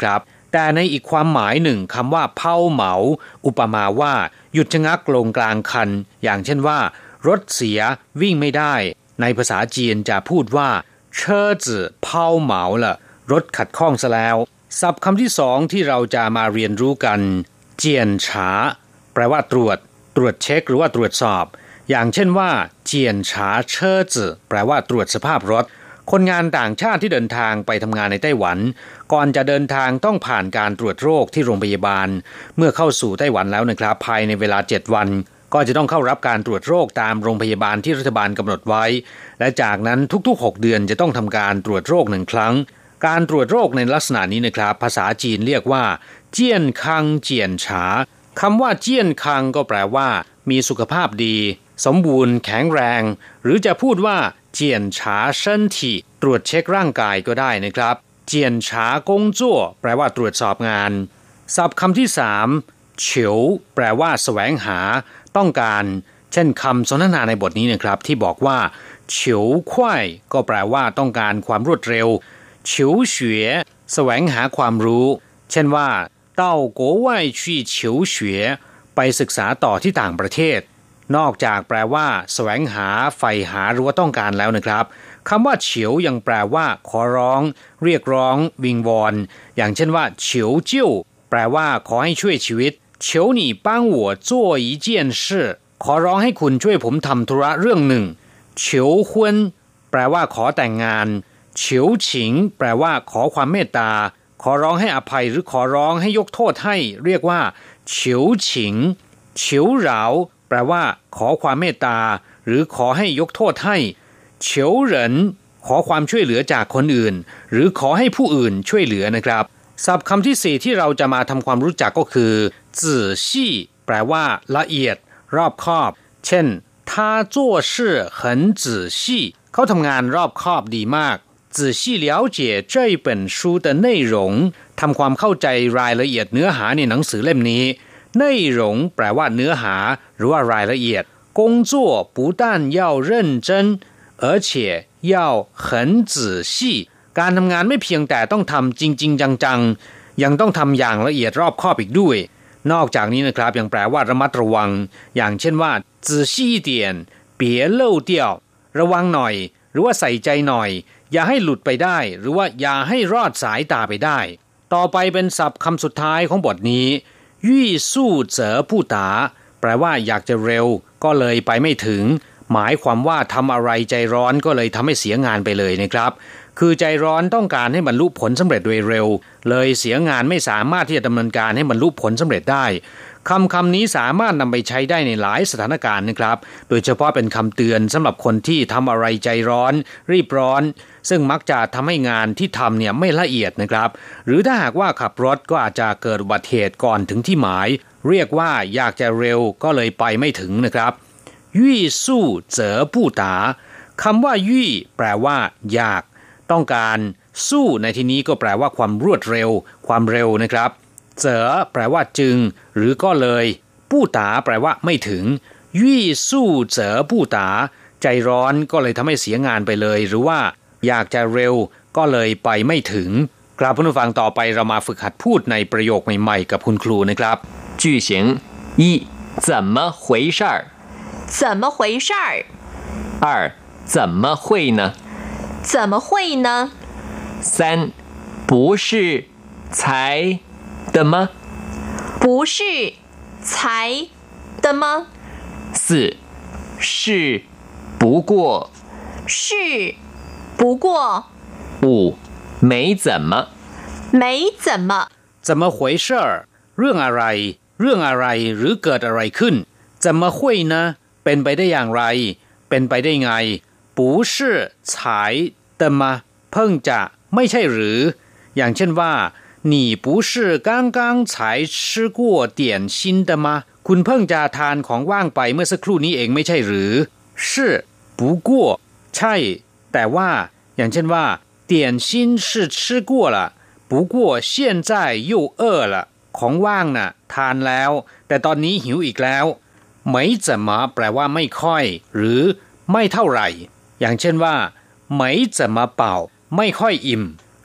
แต่ในอีกความหมายหนึ่งคำว่าเผาเหมาอุปมาว่าหยุดชะงักลงกลางคันอย่างเช่นว่ารถเสียวิ่งไม่ได้ในภาษาจีนจะพูดว่า车子抛锚了รถขัดข้องซะแล้วศัพท์คำที่สองที่เราจะมาเรียนรู้กันเจียนฉาแปลว่าตรวจตรวจเช็คหรือว่าตรวจสอบอย่างเช่นว่าเจียนฉาเชอร์จื่อแปลว่าตรวจสภาพรถคนงานต่างชาติที่เดินทางไปทำงานในไต้หวันก่อนจะเดินทางต้องผ่านการตรวจโรคที่โรงพยาบาลเมื่อเข้าสู่ไต้หวันแล้วนะครับภายในเวลาเจ็ดวันก็จะต้องเข้ารับการตรวจโรคตามโรงพยาบาลที่รัฐบาลกำหนดไว้และจากนั้นทุกๆหกเดือนจะต้องทำการตรวจโรคหนึ่งครั้งการตรวจโรคในลักษณะนี้นะครับภาษาจีนเรียกว่าเจี้ยนคังเจียนฉาคำว่าเจี้ยนคังก็แปลว่ามีสุขภาพดีสมบูรณ์แข็งแรงหรือจะพูดว่าเจียนฉาเซินถี่ตรวจเช็คร่างกายก็ได้นะครับเจียนฉากงจั่วแปลว่าตรวจสอบงานศัพท์คำที่สามเฉียวแปลว่าแสวงหาต้องการเช่นคำสนทนาในบทนี้นะครับที่บอกว่าเฉียวควายก็แปลว่าต้องการความรวดเร็วเฉียวเฉวยแสวงหาความรู้เช่นว่า到国外去求学ไปศึกษาต่อที่ต่างประเทศนอกจากแปลว่าแสวงหาใฝ่หาหรือว่าต้องการแล้วนะครับคำว่าเฉียวยังแปลว่าขอร้องเรียกร้องวิงวอนอย่างเช่นว่าเฉียวจิ้วแปลว่าขอให้ช่วยชีวิตเฉียว你帮我做一件事ขอร้องให้คุณช่วยผมทำธุระเรื่องหนึ่งเฉียวฮุนแปลว่าขอแต่งงานเฉียวฉิงแปลว่าขอความเมตตาขอร้องให้อภัยหรือขอร้องให้ยกโทษให้เรียกว่าเฉียวฉิงเฉียวเหราแปลว่าขอความเมตตาหรือขอให้ยกโทษให้เฉียวเหรินขอความช่วยเหลือจากคนอื่นหรือขอให้ผู้อื่นช่วยเหลือนะครับศัพท์คำที่สี่ที่เราจะมาทำความรู้จักก็คือซื่อชี่แปลว่าละเอียดรอบคอบเช่น他做事很仔细เขาทำงานรอบคอบดีมาก仔细了解这本书的内容ทำความเข้าใจรายละเอียดเนื้อหาในหนังสือเล่มนี้内容แปลว่าเนื้อหาหรือว่ารายละเอียด工作不但要认真而且要很仔细การทำงานไม่เพียงแต่ต้องทำจริงๆจังๆยังต้องทำอย่างละเอียดรอบคอบอีกด้วยนอกจากนี้นะครับยังแปลว่าระมัดระวังอย่างเช่นว่า仔细一点别漏掉ระวังหน่อยหรือว่าใส่ใจหน่อยอย่าให้หลุดไปได้หรือว่าอย่าให้รอดสายตาไปได้ต่อไปเป็นศัพท์คำสุดท้ายของบทนี้ยี่สู้เจ๋อผู้ตาแปลว่าอยากจะเร็วก็เลยไปไม่ถึงหมายความว่าทำอะไรใจร้อนก็เลยทำให้เสียงานไปเลยนะครับคือใจร้อนต้องการให้บรรลุผลสำเร็จโดยเร็วเลยเสียงานไม่สามารถที่จะดำเนินการให้บรรลุผลสำเร็จได้คำคำนี้สามารถนำไปใช้ได้ในหลายสถานการณ์นะครับโดยเฉพาะเป็นคำเตือนสำหรับคนที่ทำอะไรใจร้อนรีบร้อนซึ่งมักจะทำให้งานที่ทำเนี่ยไม่ละเอียดนะครับหรือถ้าหากว่าขับรถก็อาจจะเกิดอุบัติเหตุก่อนถึงที่หมายเรียกว่าอยากจะเร็วก็เลยไปไม่ถึงนะครับยี่สู้เจ๋อผู้ตาคำว่ายี่แปลว่าอยากต้องการสู้ในที่นี้ก็แปลว่าความรวดเร็วความเร็วนะครับเจ๋อแปลว่าจึงหรือก็เลยผู้ตาแปลว่าไม่ถึงยี่สู้เจ๋อผู้ตาใจร้อนก็เลยทำให้เสียงานไปเลยหรือว่าอยากจะเร็วก็เลยไปไม่ถึงกราบผู้ฟังต่อไปเรามาฝึกหัดพูดในประโยคใหม่ๆกับคุณครูนะครับ句型一怎么回事儿怎么回事儿二怎么会呢怎么会呢三不是才的吗不是才的吗四是不过是不过五没怎么没怎么怎么回事เรื่องอะไรเรื่องอะไรหรือเกิดอะไรขึ้น怎么会呢เป็นไปได้อย่างไรเป็นไปได้ไง不是才的吗เพิ่งจะไม่ใช่หรืออย่างเช่นว่า你不是刚刚才吃过点心的吗คุณเพิ่งจะทานของว่างไปเมื่อสักครู่นี้เองไม่ใช่หรือ是不过ใช่แต่ว่าอย่างเช่นว่า点心是吃过了不过现在又饿了ของว่างน่ะทานแล้วแต่ตอนนี้หิวอีกแล้วไม่จะมาแปลว่าไม่ค่อยหรือไม่เท่าไหร่อย่างเช่นว่าไม่จะมาเป่าไม่ค่อยอิ่มก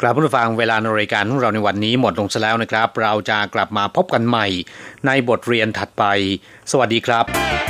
ครับผู้ฟังเวลาในรายการของเราในวันนี้หมดลงซะแล้วนะครับเราจะกลับมาพบกันใหม่ในบทเรียนถัดไปสวัสดีครับ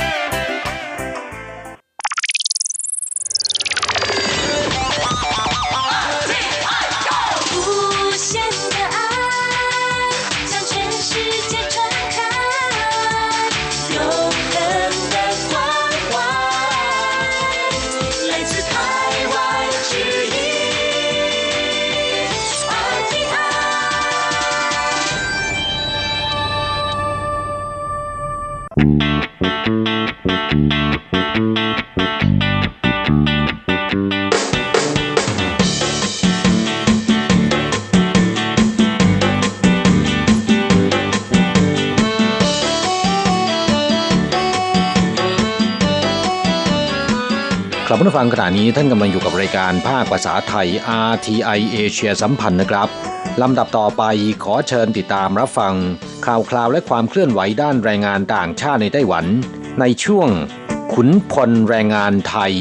ครับผู้ฟังขณะนี้ท่านกำลังอยู่กับรายการภาคภาษาไทย อาร์ ที ไอ เอเชียสัมพันธ์นะครับลำดับต่อไปขอเชิญติดตามรับฟังข่าวคราวและความเคลื่อนไหวด้านแรงงานต่างชาติในไต้หวันในช่วงขุนพลแรงงานไทย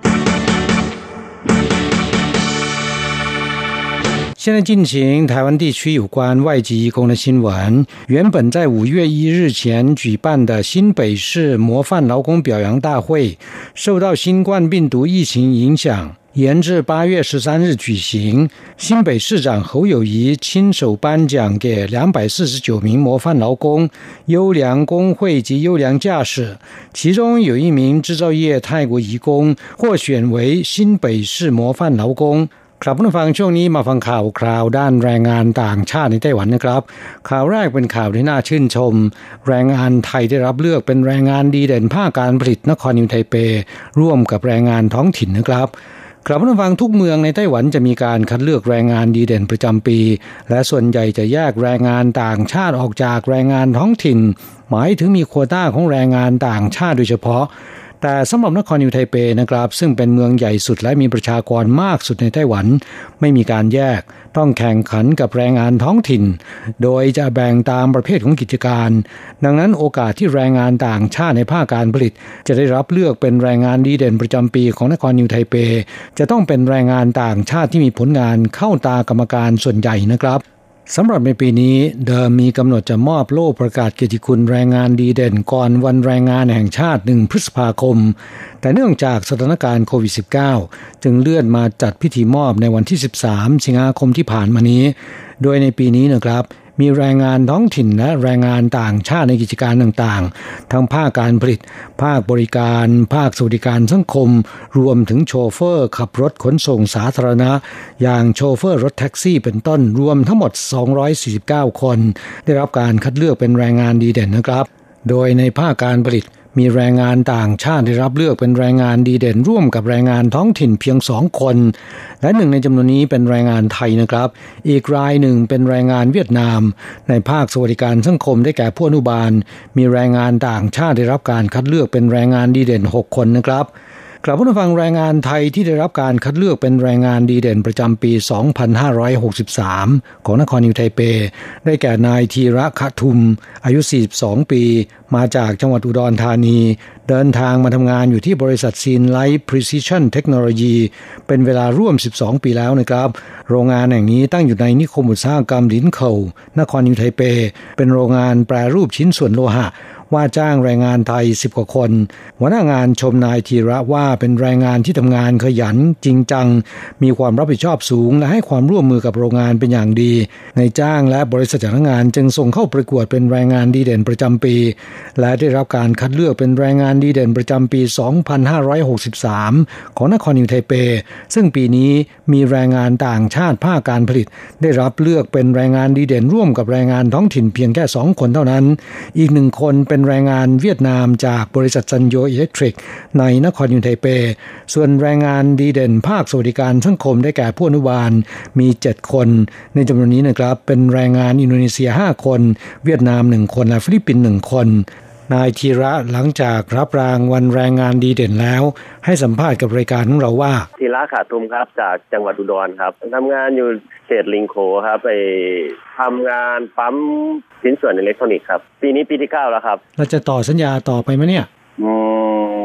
现在进行台湾地区有关外籍移工的新闻。原本在五月一日前举办的新北市模范劳工表扬大会，受到新冠病毒疫情影响，延至八月十三日举行。新北市长侯友宜亲手颁奖给两百四十九名模范劳工、优良工会及优良驾驶，其中有一名制造业泰国移工获选为新北市模范劳工。ครับผู้ฟังช่วงนี้มาฟังข่าวคราวด้านแรงงานต่างชาติในไต้หวันนะครับข่าวแรกเป็นข่าวที่น่าชื่นชมแรงงานไทยได้รับเลือกเป็นแรงงานดีเด่นภาคการผลิตนครนิวไทเปร่วมกับแรงงานท้องถิ่นนะครับครับผู้ฟังทุกเมืองในไต้หวันจะมีการคัดเลือกแรงงานดีเด่นประจำปีและส่วนใหญ่จะแยกแรงงานต่างชาติออกจากแรงงานท้องถิ่นหมายถึงมีโควต้าของแรงงานต่างชาติโดยเฉพาะแต่สำหรับนครนิวไทเปนะครับซึ่งเป็นเมืองใหญ่สุดและมีประชากรมากสุดในไต้หวันไม่มีการแยกต้องแข่งขันกับแรงงานท้องถิ่นโดยจะแบ่งตามประเภทของกิจการดังนั้นโอกาสที่แรงงานต่างชาติในภาคการผลิตจะได้รับเลือกเป็นแรงงานดีเด่นประจำปีของนครนิวไทเปจะต้องเป็นแรงงานต่างชาติที่มีผลงานเข้าตากรรมการส่วนใหญ่นะครับสำหรับในปีนี้เดิมมีกำหนดจะมอบโล่ประกาศเกียรติคุณแรงงานดีเด่นก่อนวันแรงงานแห่งชาติหนึ่งพฤษภาคมแต่เนื่องจากสถานการณ์โควิด สิบเก้า จึงเลื่อนมาจัดพิธีมอบในวันที่สิบสามสิงหาคมที่ผ่านมานี้โดยในปีนี้นะครับมีแรงงานท้องถิ่นและแรงงานต่างชาติในกิจการต่างๆทั้งภาคการผลิตภาคบริการภาคสวัสดิการสังคมรวมถึงโชเฟอร์ขับรถขนส่งสาธารณะอย่างโชเฟอร์รถแท็กซี่เป็นต้นรวมทั้งหมดสองร้อยสี่สิบเก้าคนได้รับการคัดเลือกเป็นแรงงานดีเด่นนะครับโดยในภาคการผลิตมีแรงงานต่างชาติได้รับเลือกเป็นแรงงานดีเด่นร่วมกับแรงงานท้องถิ่นเพียงสองคนและหนึ่งในจำนวนนี้เป็นแรงงานไทยนะครับอีกรายหนึ่งเป็นแรงงานเวียดนามในภาคสวัสดิการสังคมได้แก่ผู้อนุบาลมีแรงงานต่างชาติได้รับการคัดเลือกเป็นแรงงานดีเด่นหกคนนะครับกลับมาฟังแรงงานไทยที่ได้รับการคัดเลือกเป็นแรงงานดีเด่นประจำปีสองพันห้าร้อยหกสิบสามของนครนิวไทเปได้แก่นายธีระคะทุมอายุสี่สิบสองปีมาจากจังหวัดอุดรธานีเดินทางมาทำงานอยู่ที่บริษัทซีนไลท์ Precision Technology เป็นเวลาร่วมสิบสองปีแล้วนะครับโรงงานแห่งนี้ตั้งอยู่ในนิคมอุตสาหกรรมลินเคิลนครนิวไทเปเป็นโรงงานแปรรูปชิ้นส่วนโลหะว่าจ้างแรงงานไทยสิบกว่าคนหัวหน้างานชมนายธีระว่าเป็นแรงงานที่ทำงานขยันจริงจังมีความรับผิดชอบสูงและให้ความร่วมมือกับโรงงานเป็นอย่างดีในจ้างและบริษัทจ้างงานจึงส่งเข้าประกวดเป็นแรงงานดีเด่นประจำปีและได้รับการคัดเลือกเป็นแรงงานดีเด่นประจำปีสองพันห้าร้อยหกสิบสามของนครนิวไทเปซึ่งปีนี้มีแรงงานต่างชาติภาคการผลิตได้รับเลือกเป็นแรงงานดีเด่นร่วมกับแรงงานท้องถิ่นเพียงแค่สองคนเท่านั้นอีกหนึ่งคนเป็นแรงงานเวียดนามจากบริษัทซันโยอิเล็กทริกในนครนิวไทเปส่วนแรงงานดีเด่นภาคสวัสดิการสังคมได้แก่ผู้อนุบาลมีเจ็ดคนในจำนวนนี้นะครับเป็นแรงงานอินโดนีเซียห้าคนเวียดนามหนึ่งคนและฟิลิปปินส์หนึ่งคนนายธีระหลังจากรับรางวัลแรงงานดีเด่นแล้วให้สัมภาษณ์กับรายการของเราว่าธีระขาทุมครับจากจังหวัดอุดรครับทำงานอยู่เขตลิงโคครับไปทำงานปั๊มชิ้นส่วนอิเล็กทรอนิกส์ครับปีนี้ปีที่เก้าแล้วครับเราจะต่อสัญญาต่อไปไหมเนี่ยอืม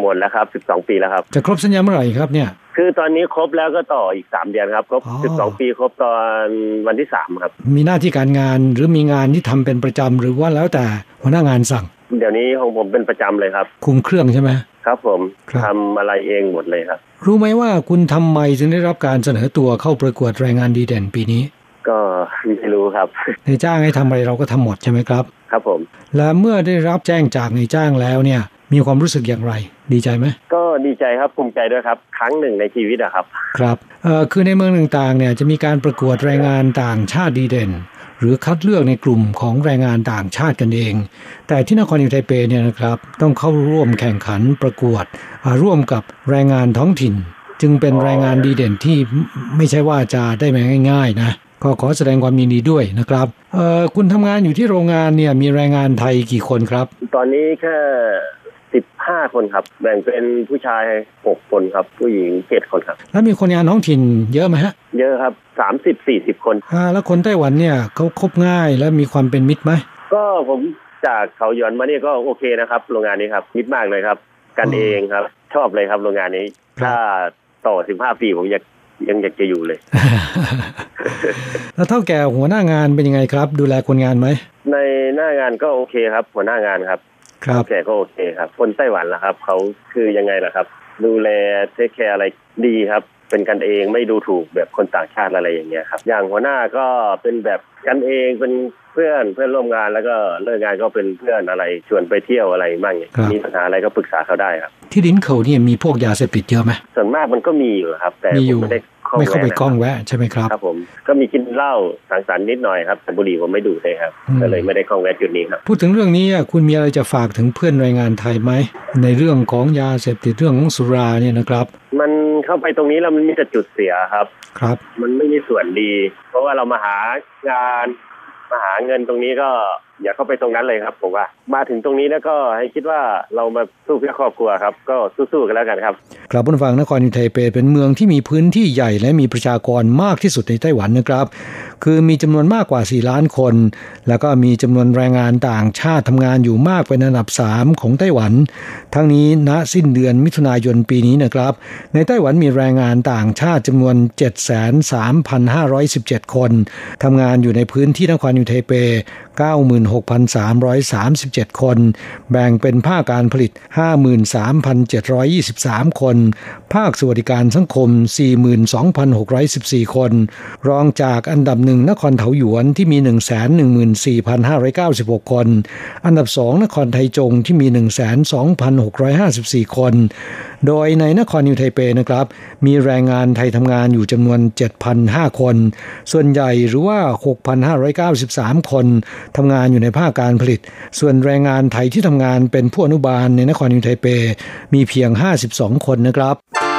หมดแล้วครับสิบสองปีแล้วครับจะครบสัญญาเมื่อไหร่ครับเนี่ยคือตอนนี้ครบแล้วก็ต่ออีกสามเดือนครับครบสิบสองปีครบตอนวันที่สามครับมีหน้าที่การงานหรือมีงานที่ทำเป็นประจำหรือว่าแล้วแต่หัวหน้างานสั่งเดี๋ยวนี้ของผมเป็นประจำเลยครับคุมเครื่องใช่ไหมครับผมทำอะไรเองหมดเลยครับรู้ไหมว่าคุณทำไมถึงได้รับการเสนอตัวเข้าประกวดแรงงานดีเด่นปีนี้ก็ไม่รู้ครับนายจ้างให้ทำอะไรเราก็ทำหมดใช่ไหมครับครับผมและเมื่อได้รับแจ้งจากนายจ้างแล้วเนี่ยมีความรู้สึกอย่างไรดีใจไหมก็ดีใจครับภูมิใจด้วยครับครั้งหนึ่งในชีวิตอะครับครับเอ่อคือในเมืองต่างๆเนี่ยจะมีการประกวดแรงงานต่างชาติดีเด่นหรือคัดเลือกในกลุ่มของแรงงานต่างชาติกันเองแต่ที่นครนิวยอร์กไทเปเนี่ยนะครับต้องเข้าร่วมแข่งขันประกวดร่วมกับแรงงานท้องถิ่นจึงเป็นแรงงานดีเด่นที่ไม่ใช่ว่าจะได้มาง่ายๆนะก็ขอแสดงความยินดีด้วยนะครับเอ่อคุณทำงานอยู่ที่โรงงานเนี่ยมีแรงงานไทยกี่คนครับตอนนี้แค่สิบห้าคนครับแบ่งเป็นผู้ชายหกคนครับผู้หญิงเจ็ดคนครับแล้วมีคนงานท้องถิ่นเยอะไหมฮะเยอะครับสามสิบ สี่สิบคนอ่าแล้วคนไต้หวันเนี่ยเขาคบง่ายและมีความเป็นมิตรไหมก็ผมจากเขาหยวนมาเนี่ยก็โอเคนะครับโรงงานนี้ครับมิตรมากเลยครับกันเองครับชอบเลยครับโรงงานนี้ถ้าต่อสิบห้าปีผมอยากยังอยากจะอยู่เลยแล้วเท่าแก่หัวหน้างานเป็นยังไงครับดูแลคนงานไหมในหน้างานก็โอเคครับหัวหน้างานครับครับแกก็โอเคครับคนไต้หวันล่ะครับเขาคือยังไงล่ะครับดูแลเทคแคร์อะไรดีครับเป็นกันเองไม่ดูถูกแบบคนต่างชาติอะไรอย่างเงี้ยครับอย่างหัวหน้าก็เป็นแบบกันเองเป็นเพื่อนเพื่อนร่วมงานแล้วก็เลิกงานก็เป็นเพื่อนอะไรชวนไปเที่ยวอะไรบ้างมีปัญหาอะไรก็ปรึกษาเขาได้ครับที่ลิ้นเขาเนี่ยมีพวกยาเสพติดเยอะไหมส่วนมากมันก็มีอยู่ครับแต่ผมไม่ได้ไม่เข้าไปกล้องแวะใช่ไหมครับครับผมก็มีกินเหล้าสังสรรค์นิดหน่อยครับแต่บุหรี่ผมไม่ดูดเลยครับก็เลยไม่ได้กล้องแวะจุดนี้ครับพูดถึงเรื่องนี้คุณมีอะไรจะฝากถึงเพื่อนแรงงานไทยไหมในเรื่องของยาเสพติดเรื่องของสุราเนี่ยนะครับมันเข้าไปตรงนี้แล้วมันมีแต่จุดเสียครับครับมันไม่มีส่วนดีเพราะว่าเรามาหางานมาหาเงินตรงนี้ก็อย่าเข้าไปตรงนั้นเลยครับผมว่ามาถึงตรงนี้แล้วก็ให้คิดว่าเรามาสู้เพื่อครอบครัวครับก็สู้ๆกันแล้วกันครับครับผู้ฟังนครนิวยอร์กไทเปเป็นเมืองที่มีพื้นที่ใหญ่และมีประชากรมากที่สุดในไต้หวันนะครับคือมีจำนวนมากกว่าสี่ล้านคนแล้วก็มีจำนวนแรงงานต่างชาติทำงานอยู่มากเป็นอันดับสามของไต้หวันทั้งนี้ณสิ้นเดือนมิถุนายนปีนี้นะครับในไต้หวันมีแรงงานต่างชาติจำนวน เจ็ดแสนสามพันห้าร้อยสิบเจ็ด คนทำงานอยู่ในพื้นที่นครนิวยอร์กไทเป เก้าหมื่นหกพันสามร้อยสามสิบเจ็ด คนแบ่งเป็นภาคการผลิต ห้าหมื่นสามพันเจ็ดร้อยยี่สิบสาม คนภาคสวัสดิการสังคม สี่หมื่นสองพันหกร้อยสิบสี่ คนรองจากอันดับหนึ่งนครเถาหยวนที่มี หนึ่งแสนหนึ่งหมื่นสี่พันห้าร้อยเก้าสิบหก คนอันดับสองนครไทจงที่มี หนึ่งแสนสองพันหกร้อยห้าสิบสี่ คนโดยในนครนิวยอร์กไทเปนะครับมีแรงงานไทยทำงานอยู่จำนวน เจ็ดพันห้า คนส่วนใหญ่หรือว่า หกพันห้าร้อยเก้าสิบสาม คนทำงานอยู่ในภาคการผลิตส่วนแรงงานไทยที่ทำงานเป็นผู้อนุบาลในนครนิวยอร์กไทเปมีเพียงห้าสิบสองคนนะครับ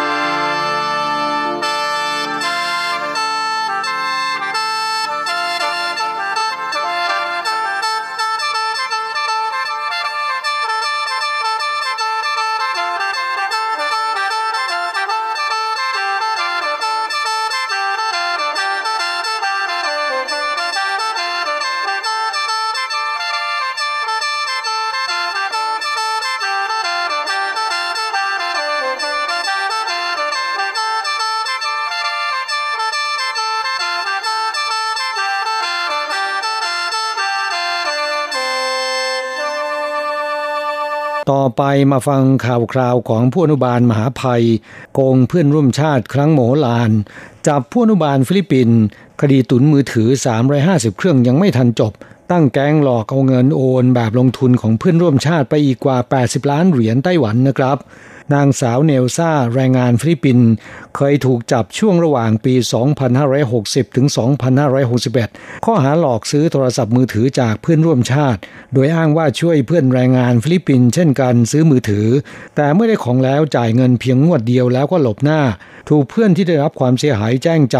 ต่อไปมาฟังข่าวคราวของผู้อนุบาลมหาภัยโกงเพื่อนร่วมชาติครั้งโมโหลานจับผู้อนุบาลฟิลิปปินส์คดีตุนมือถือสามร้อยห้าสิบเครื่องยังไม่ทันจบตั้งแก๊งหลอกเอาเงินโอนแบบลงทุนของเพื่อนร่วมชาติไปอีกกว่าแปดสิบล้านเหรียญไต้หวันนะครับนางสาวเนลซ่าแรงงานฟิลิปปินส์เคยถูกจับช่วงระหว่างปี สองพันห้าร้อยหกสิบ ถึง สองพันห้าร้อยหกสิบเอ็ด ข้อหาหลอกซื้อโทรศัพท์มือถือจากเพื่อนร่วมชาติโดยอ้างว่าช่วยเพื่อนแรงงานฟิลิปปินส์เช่นกันซื้อมือถือแต่เมื่อได้ของแล้วจ่ายเงินเพียงงวดเดียวแล้วก็หลบหน้าถูกเพื่อนที่ได้รับความเสียหายแจ้งจับ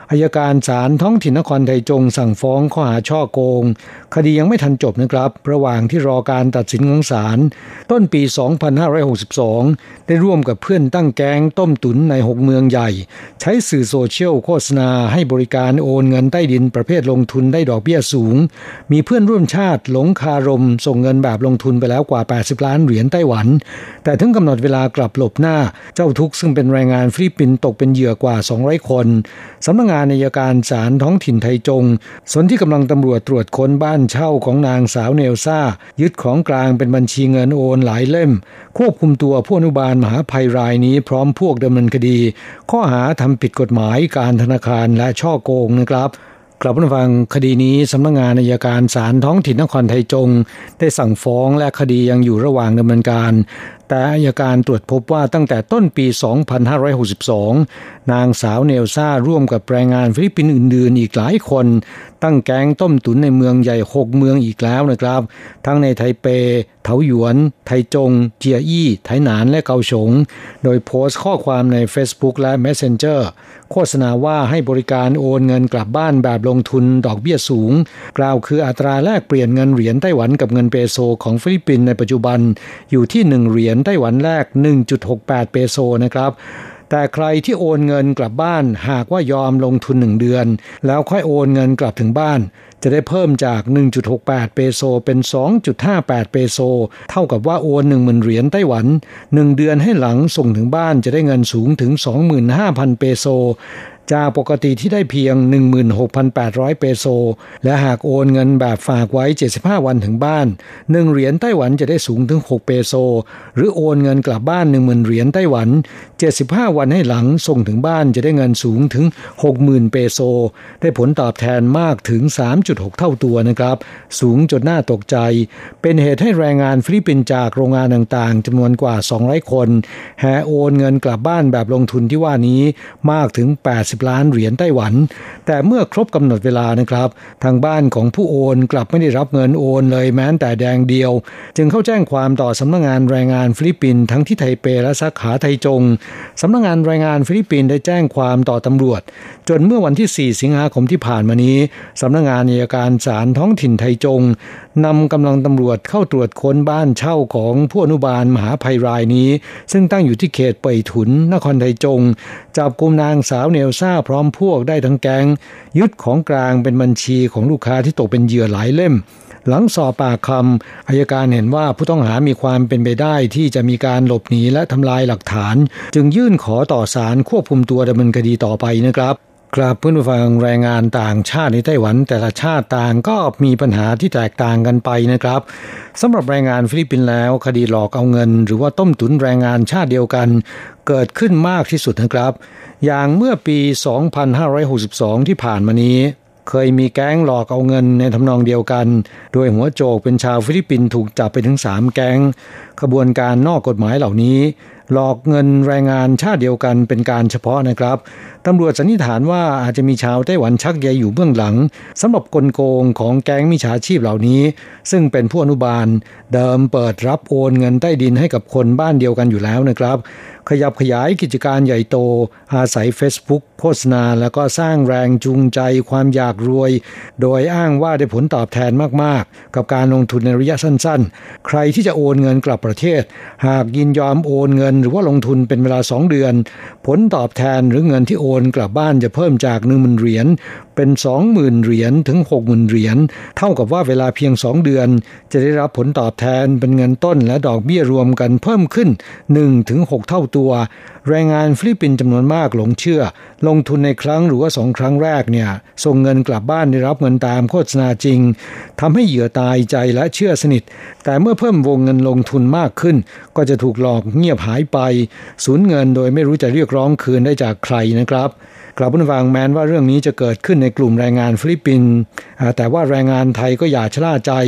อัยการศาลท้องถิ่นนครไทจงสั่งฟ้องข้อหาฉ้อโกงคดียังไม่ทันจบนะครับระหว่างที่รอการตัดสินของศาลต้นปีสองพันห้าร้อยหกสิบสองได้ร่วมกับเพื่อนตั้งแก๊งต้มตุ๋นในหกเมืองใหญ่ใช้สื่อโซเชียลโฆษณาให้บริการโอนเงินใต้ดินประเภทลงทุนได้ดอกเบี้ยสูงมีเพื่อนร่วมชาติหลงคารมส่งเงินแบบลงทุนไปแล้วกว่าแปดสิบล้านเหรียญไต้หวันแต่ถึงกำหนดเวลากลับหลบหน้าเจ้าทุกข์ซึ่งเป็นแรงงานฟิลิปปินส์ตกเป็นเหยื่อกว่าสองร้อยคนสำนักงานอัยการศาลท้องถิ่นไทจงส่วนที่กำลังตำรวจตรวจค้นบ้านเช่าของนางสาวเนลซ่ายึดของกลางเป็นบัญชีเงินโอนหลายเล่มควบคุมตัวผู้อนุบาลมหาภัยรายนี้พร้อมพวกดำเนินคดีข้อหาทำผิดกฎหมายการธนาคารและฉ้อโกงนะครับกลับมาฟังคดีนี้สำนักงานอัยการศาลท้องถิ่นนครไทจงได้สั่งฟ้องและคดียังอยู่ระหว่างดำเนินการแต่อัยการตรวจพบว่าตั้งแต่ต้นปีสองพันห้าร้อยหกสิบสองนางสาวเนลซ่าร่วมกับแรงงานฟิลิปปินส์อื่นๆอีกหลายคนตั้งแก๊งต้มตุ๋นในเมืองใหญ่หกเมืองอีกแล้วนะครับทั้งในไทเปเถาหยวนไทจงเจียอี้ไถหนานและเกาฉงโดยโพสต์ข้อความใน Facebook และ Messenger โฆษณาว่าให้บริการโอนเงินกลับบ้านแบบลงทุนดอกเบี้ยสูงกล่าวคืออัตราแลกเปลี่ยนเงินเหรียญไต้หวันกับเงินเปโซของฟิลิปปินส์ในปัจจุบันอยู่ที่หนึ่งเหรียญไต้หวันแลก หนึ่งจุดหกแปด เปโซนะครับแต่ใครที่โอนเงินกลับบ้านหากว่ายอมลงทุนหนึ่งเดือนแล้วค่อยโอนเงินกลับถึงบ้านจะได้เพิ่มจาก หนึ่งจุดหกแปด เปโซเป็น สองจุดห้าแปด เปโซเท่ากับว่าโอน หนึ่งหมื่น เหรียญไต้หวันหนึ่งเดือนให้หลังส่งถึงบ้านจะได้เงินสูงถึง สองหมื่นห้าพัน เปโซจากปกติที่ได้เพียง หนึ่งหมื่นหกพันแปดร้อย เปโซและหากโอนเงินแบบฝากไว้เจ็ดสิบห้าวันถึงบ้านหนึ่งเหรียญไต้หวันจะได้สูงถึงหกเปโซหรือโอนเงินกลับบ้าน หนึ่งหมื่น เหรียญไต้หวันเจ็ดสิบห้าวันให้หลังส่งถึงบ้านจะได้เงินสูงถึง หกหมื่น เปโซได้ผลตอบแทนมากถึง สามจุดหก เท่าตัวนะครับสูงจนน่าตกใจเป็นเหตุให้แรงงานฟิลิปปินส์จากโรงงานต่างๆจำนวนกว่าสองร้อยคนแห่โอนเงินกลับบ้านแบบลงทุนที่ว่านี้มากถึงแปดสิบล้านเหรียญไต้หวันแต่เมื่อครบกำหนดเวลานะครับทางบ้านของผู้โอนกลับไม่ได้รับเงินโอนเลยแม้แต่แดงเดียวจึงเข้าแจ้งความต่อสำนักงานแรงงานฟิลิปปินส์ทั้งที่ไทเปและสาขาไทจงสำนักงานแรงงานฟิลิปปินส์ได้แจ้งความต่อตำรวจจนเมื่อวันที่สี่สิงหาคมที่ผ่านมานี้สำนักงานอัยการศาลท้องถิ่นไทจงนำกำลังตำรวจเข้าตรวจค้นบ้านเช่าของผู้อนุบาลมหาภัยรายนี้ซึ่งตั้งอยู่ที่เขตเป่ยถุนนครไทจงจับกุมนางสาวเนลซ่าพร้อมพวกได้ทั้งแก๊งยึดของกลางเป็นบัญชีของลูกค้าที่ตกเป็นเหยื่อหลายเล่มหลังสอบปากคำอัยการเห็นว่าผู้ต้องหามีความเป็นไปได้ที่จะมีการหลบหนีและทำลายหลักฐานจึงยื่นขอต่อศาลควบคุมตัวดำเนินคดีต่อไปนะครับครับเพื่อนผู้ฟังแรงงานต่างชาติในไต้หวันแต่ละชาติต่างก็มีปัญหาที่แตกต่างกันไปนะครับสำหรับแรงงานฟิลิปปินส์แล้วคดีหลอกเอาเงินหรือว่าต้มตุ๋นแรงงานชาติเดียวกันเกิดขึ้นมากที่สุดนะครับอย่างเมื่อปีสองพันห้าร้อยหกสิบสองที่ผ่านมานี้เคยมีแก๊งหลอกเอาเงินในทำนองเดียวกันโดยหัวโจกเป็นชาวฟิลิปปินส์ถูกจับไปถึงสามแก๊งขบวนการนอกกฎหมายเหล่านี้หลอกเงินแรงงานชาติเดียวกันเป็นการเฉพาะนะครับตำรวจสันนิษฐานว่าอาจจะมีชาวไต้หวันชักใยอยู่เบื้องหลังสำหรับกลโกงของแก๊งมิจฉาชีพเหล่านี้ซึ่งเป็นผู้อนุบาลเดิมเปิดรับโอนเงินใต้ดินให้กับคนบ้านเดียวกันอยู่แล้วนะครับขยับขยายกิจการใหญ่โตอาศัย Facebook โฆษณาแล้วก็สร้างแรงจูงใจความอยากรวยโดยอ้างว่าได้ผลตอบแทนมากๆกับการลงทุนในระยะสั้นๆใครที่จะโอนเงินกลับประเทศหากยินยอมโอนเงินหรือว่าลงทุนเป็นเวลาสองเดือนผลตอบแทนหรือเงินที่โอนกลับบ้านจะเพิ่มจาก หนึ่งหมื่น เหรียญเป็น สองหมื่น เหรียญถึง หกหมื่น เหรียญเท่ากับว่าเวลาเพียงสองเดือนจะได้รับผลตอบแทนเป็นเงินต้นและดอกเบี้ยรวมกันเพิ่มขึ้น หนึ่งถึงหก เท่าตัวแรงงานฟิลิปปินส์จำนวนมากหลงเชื่อลงทุนในครั้งหรือว่าสองครั้งแรกเนี่ยส่งเงินกลับบ้านได้รับเงินตามโฆษณาจริงทำให้เหยื่อตายใจและเชื่อสนิทแต่เมื่อเพิ่มวงเงินลงทุนมากขึ้นก็จะถูกหลอกเงียบหายไปสูญเงินโดยไม่รู้จะเรียกร้องคืนได้จากใครนะครับกลับมาฟังแม้ว่าเรื่องนี้จะเกิดขึ้นในกลุ่มแรงงานฟิลิปปินส์แต่ว่าแรงงานไทยก็อย่าชะล่าใจ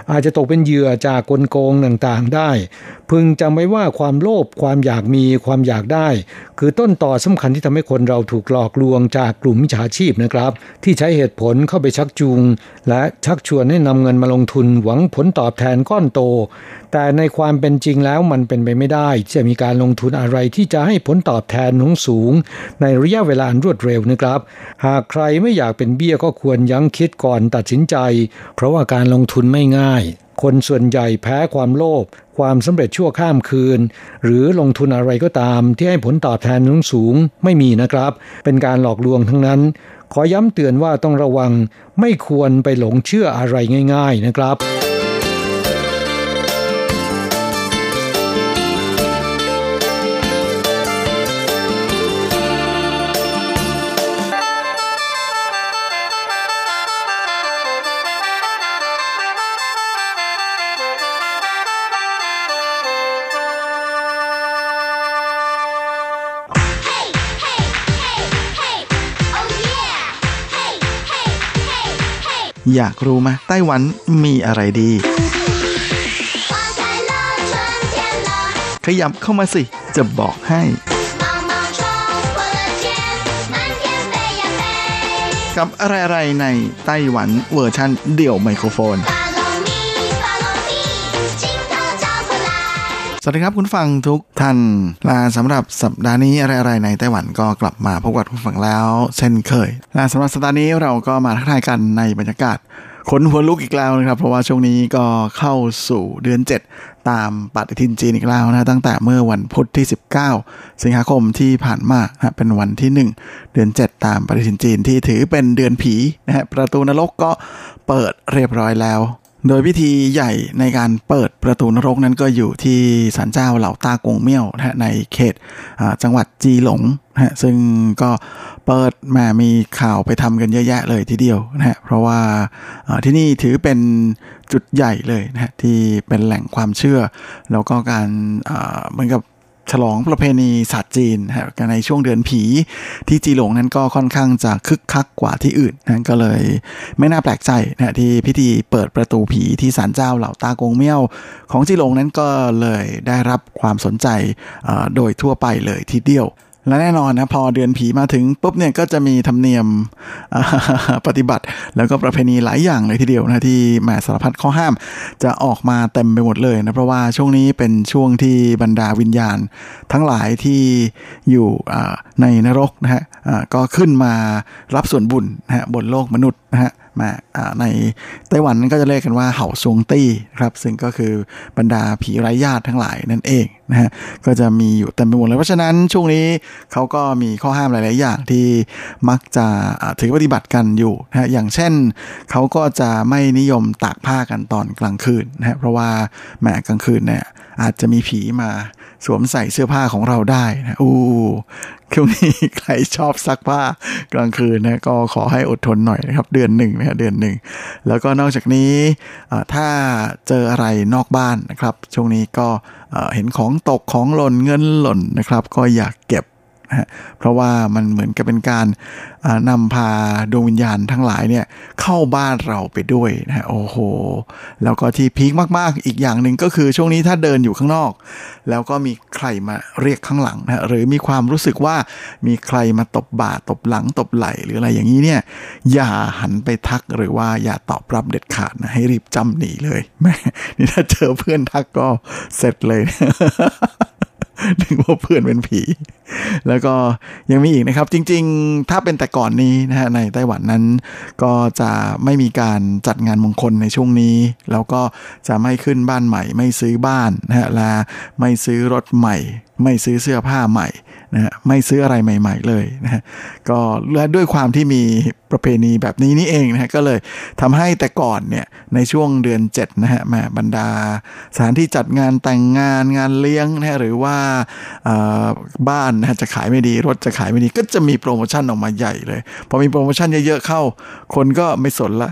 อาจจะตกเป็นเหยื่อจากกลโกงต่างๆได้พึงจำไว้ว่าความโลภความอยากมีความอยากได้คือต้นต่อสำคัญที่ทำให้คนเราถูกหลอกลวงจากกลุ่มมิจฉาชีพนะครับที่ใช้เหตุผลเข้าไปชักจูงและชักชวนให้นำเงินมาลงทุนหวังผลตอบแทนก้อนโตแต่ในความเป็นจริงแล้วมันเป็นไปไม่ได้จะมีการลงทุนอะไรที่จะให้ผลตอบแทนสูงในระยะเวลารวดเร็วนะครับหากใครไม่อยากเป็นเบี้ยก็ควรยั้งคิดก่อนตัดสินใจเพราะว่าการลงทุนไม่ง่ายคนส่วนใหญ่แพ้ความโลภความสำเร็จชั่วข้ามคืนหรือลงทุนอะไรก็ตามที่ให้ผลตอบแทนสูงไม่มีนะครับเป็นการหลอกลวงทั้งนั้นขอย้ำเตือนว่าต้องระวังไม่ควรไปหลงเชื่ออะไรง่ายๆนะครับอยากรู้ไหมไต้หวันมีอะไรดีขยับเข้ามาสิจะบอกให้กับอะไรๆในไต้หวันเวอร์ชันเดี่ยวไมโครโฟนสวัสดีครับคุณฟังทุกท่านและสำหรับสัปดาห์นี้อะไรๆในไต้หวันก็กลับมาพบกับคุณฟังแล้วเช่นเคยและสำหรับสัปดาห์นี้เราก็มาทักทายกันในบรรยากาศขนหัวลุกอีกแล้วนะครับเพราะว่าช่วงนี้ก็เข้าสู่เดือนเจ็ดตามปฏิทินจีนอีกแล้วนะตั้งแต่เมื่อวันพุธที่สิบเก้าสิงหาคมที่ผ่านมานะเป็นวันที่หนึ่งเดือนเจ็ดตามปฏิทินจีนที่ถือเป็นเดือนผีนะฮะประตูนรกก็เปิดเรียบร้อยแล้วโดยพิธีใหญ่ในการเปิดประตูนรกนั้นก็อยู่ที่ศาลเจ้าเหล่าต้ากงเมี่ยวนะฮะในเขตจังหวัดจีหลงนะฮะซึ่งก็เปิดมามีข่าวไปทำกันเยอะแยะเลยทีเดียวนะฮะเพราะว่าที่นี่ถือเป็นจุดใหญ่เลยนะฮะที่เป็นแหล่งความเชื่อแล้วก็การเหมือนกับฉลองประเพณีศาสตร์จีนนะในช่วงเดือนผีที่จีหลงนั้นก็ค่อนข้างจะคึกคักกว่าที่อื่นนะก็เลยไม่น่าแปลกใจนะที่พิธีเปิดประตูผีที่ศาลเจ้าเหล่าต้ากงเมี่ยวของจีหลงนั้นก็เลยได้รับความสนใจโดยทั่วไปเลยทีเดียวและแน่นอนนะพอเดือนผีมาถึงปุ๊บเนี่ยก็จะมีธรรมเนียมปฏิบัติแล้วก็ประเพณีหลายอย่างเลยทีเดียวนะที่แหมสารพัดข้อห้ามจะออกมาเต็มไปหมดเลยนะเพราะว่าช่วงนี้เป็นช่วงที่บรรดาวิญญาณทั้งหลายที่อยู่ในนรกนะฮะก็ขึ้นมารับส่วนบุญนะฮะบนโลกมนุษย์นะฮะมาในไต้หวันก็จะเรียกกันว่าเห่าซวงตี้ครับซึ่งก็คือบรรดาผีไร้ญาติทั้งหลายนั่นเองนะฮะก็จะมีอยู่เต็มไปหมดเลยเพราะฉะนั้นช่วงนี้เขาก็มีข้อห้ามหลายๆอย่างที่มักจะถือปฏิบัติกันอยู่นะฮะอย่างเช่นเขาก็จะไม่นิยมตากผ้ากันตอนกลางคืนนะฮะเพราะว่าแหมกลางคืนเนี่ยอาจจะมีผีมาสวมใส่เสื้อผ้าของเราได้นะอู้ช่วงนี้ใครชอบซักผ้ากลางคืนนะก็ขอให้อดทนหน่อยนะครับเดือนหนึ่งนะฮะเดือนหนึ่งแล้วก็นอกจากนี้ถ้าเจออะไรนอกบ้านนะครับช่วงนี้ก็เห็นของตกของหล่นเงินหล่นนะครับก็อยากเก็บนะเพราะว่ามันเหมือนกับเป็นการนำพาดวงวิญญาณทั้งหลายเนี่ยเข้าบ้านเราไปด้วยนะโอ้โหแล้วก็ที่พีคมากๆอีกอย่างหนึ่งก็คือช่วงนี้ถ้าเดินอยู่ข้างนอกแล้วก็มีใครมาเรียกข้างหลังนะหรือมีความรู้สึกว่ามีใครมาตบบ่าตบหลังตบไหล่หรืออะไรอย่างนี้เนี่ยอย่าหันไปทักหรือว่าอย่าตอบรับเด็ดขาดนะให้รีบจำหนีเลยแม่นี่ถ้าเจอเพื่อนทักก็เสร็จเลย นึกว่าเพื่อนเป็นผีแล้วก็ยังมีอีกนะครับจริงๆถ้าเป็นแต่ก่อนนี้นะฮะในไต้หวันนั้นก็จะไม่มีการจัดงานมงคลในช่วงนี้แล้วก็จะไม่ขึ้นบ้านใหม่ไม่ซื้อบ้านนะฮะและไม่ซื้อรถใหม่ไม่ซื้อเสื้อผ้าใหม่นะฮะไม่ซื้ออะไรใหม่ๆเลยนะฮะก็และด้วยความที่มีประเพณีแบบนี้นี่เองนะฮะก็เลยทำให้แต่ก่อนเนี่ยในช่วงเดือนเจ็ดนะฮะแหมบรรดาสถานที่จัดงานแต่งงานงานเลี้ยงนะฮะหรือว่าบ้านนะฮะจะขายไม่ดีรถจะขายไม่ดีก็จะมีโปรโมชั่นออกมาใหญ่เลยพอมีโปรโมชั่นเยอะๆเข้าคนก็ไม่สนละ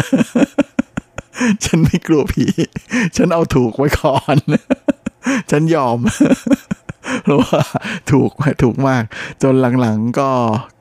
ฉันไม่กลัวผีฉันเอาถูกไว้ก่อน ฉันยอม เพราะว่าถูกถูกมากจนหลังๆก็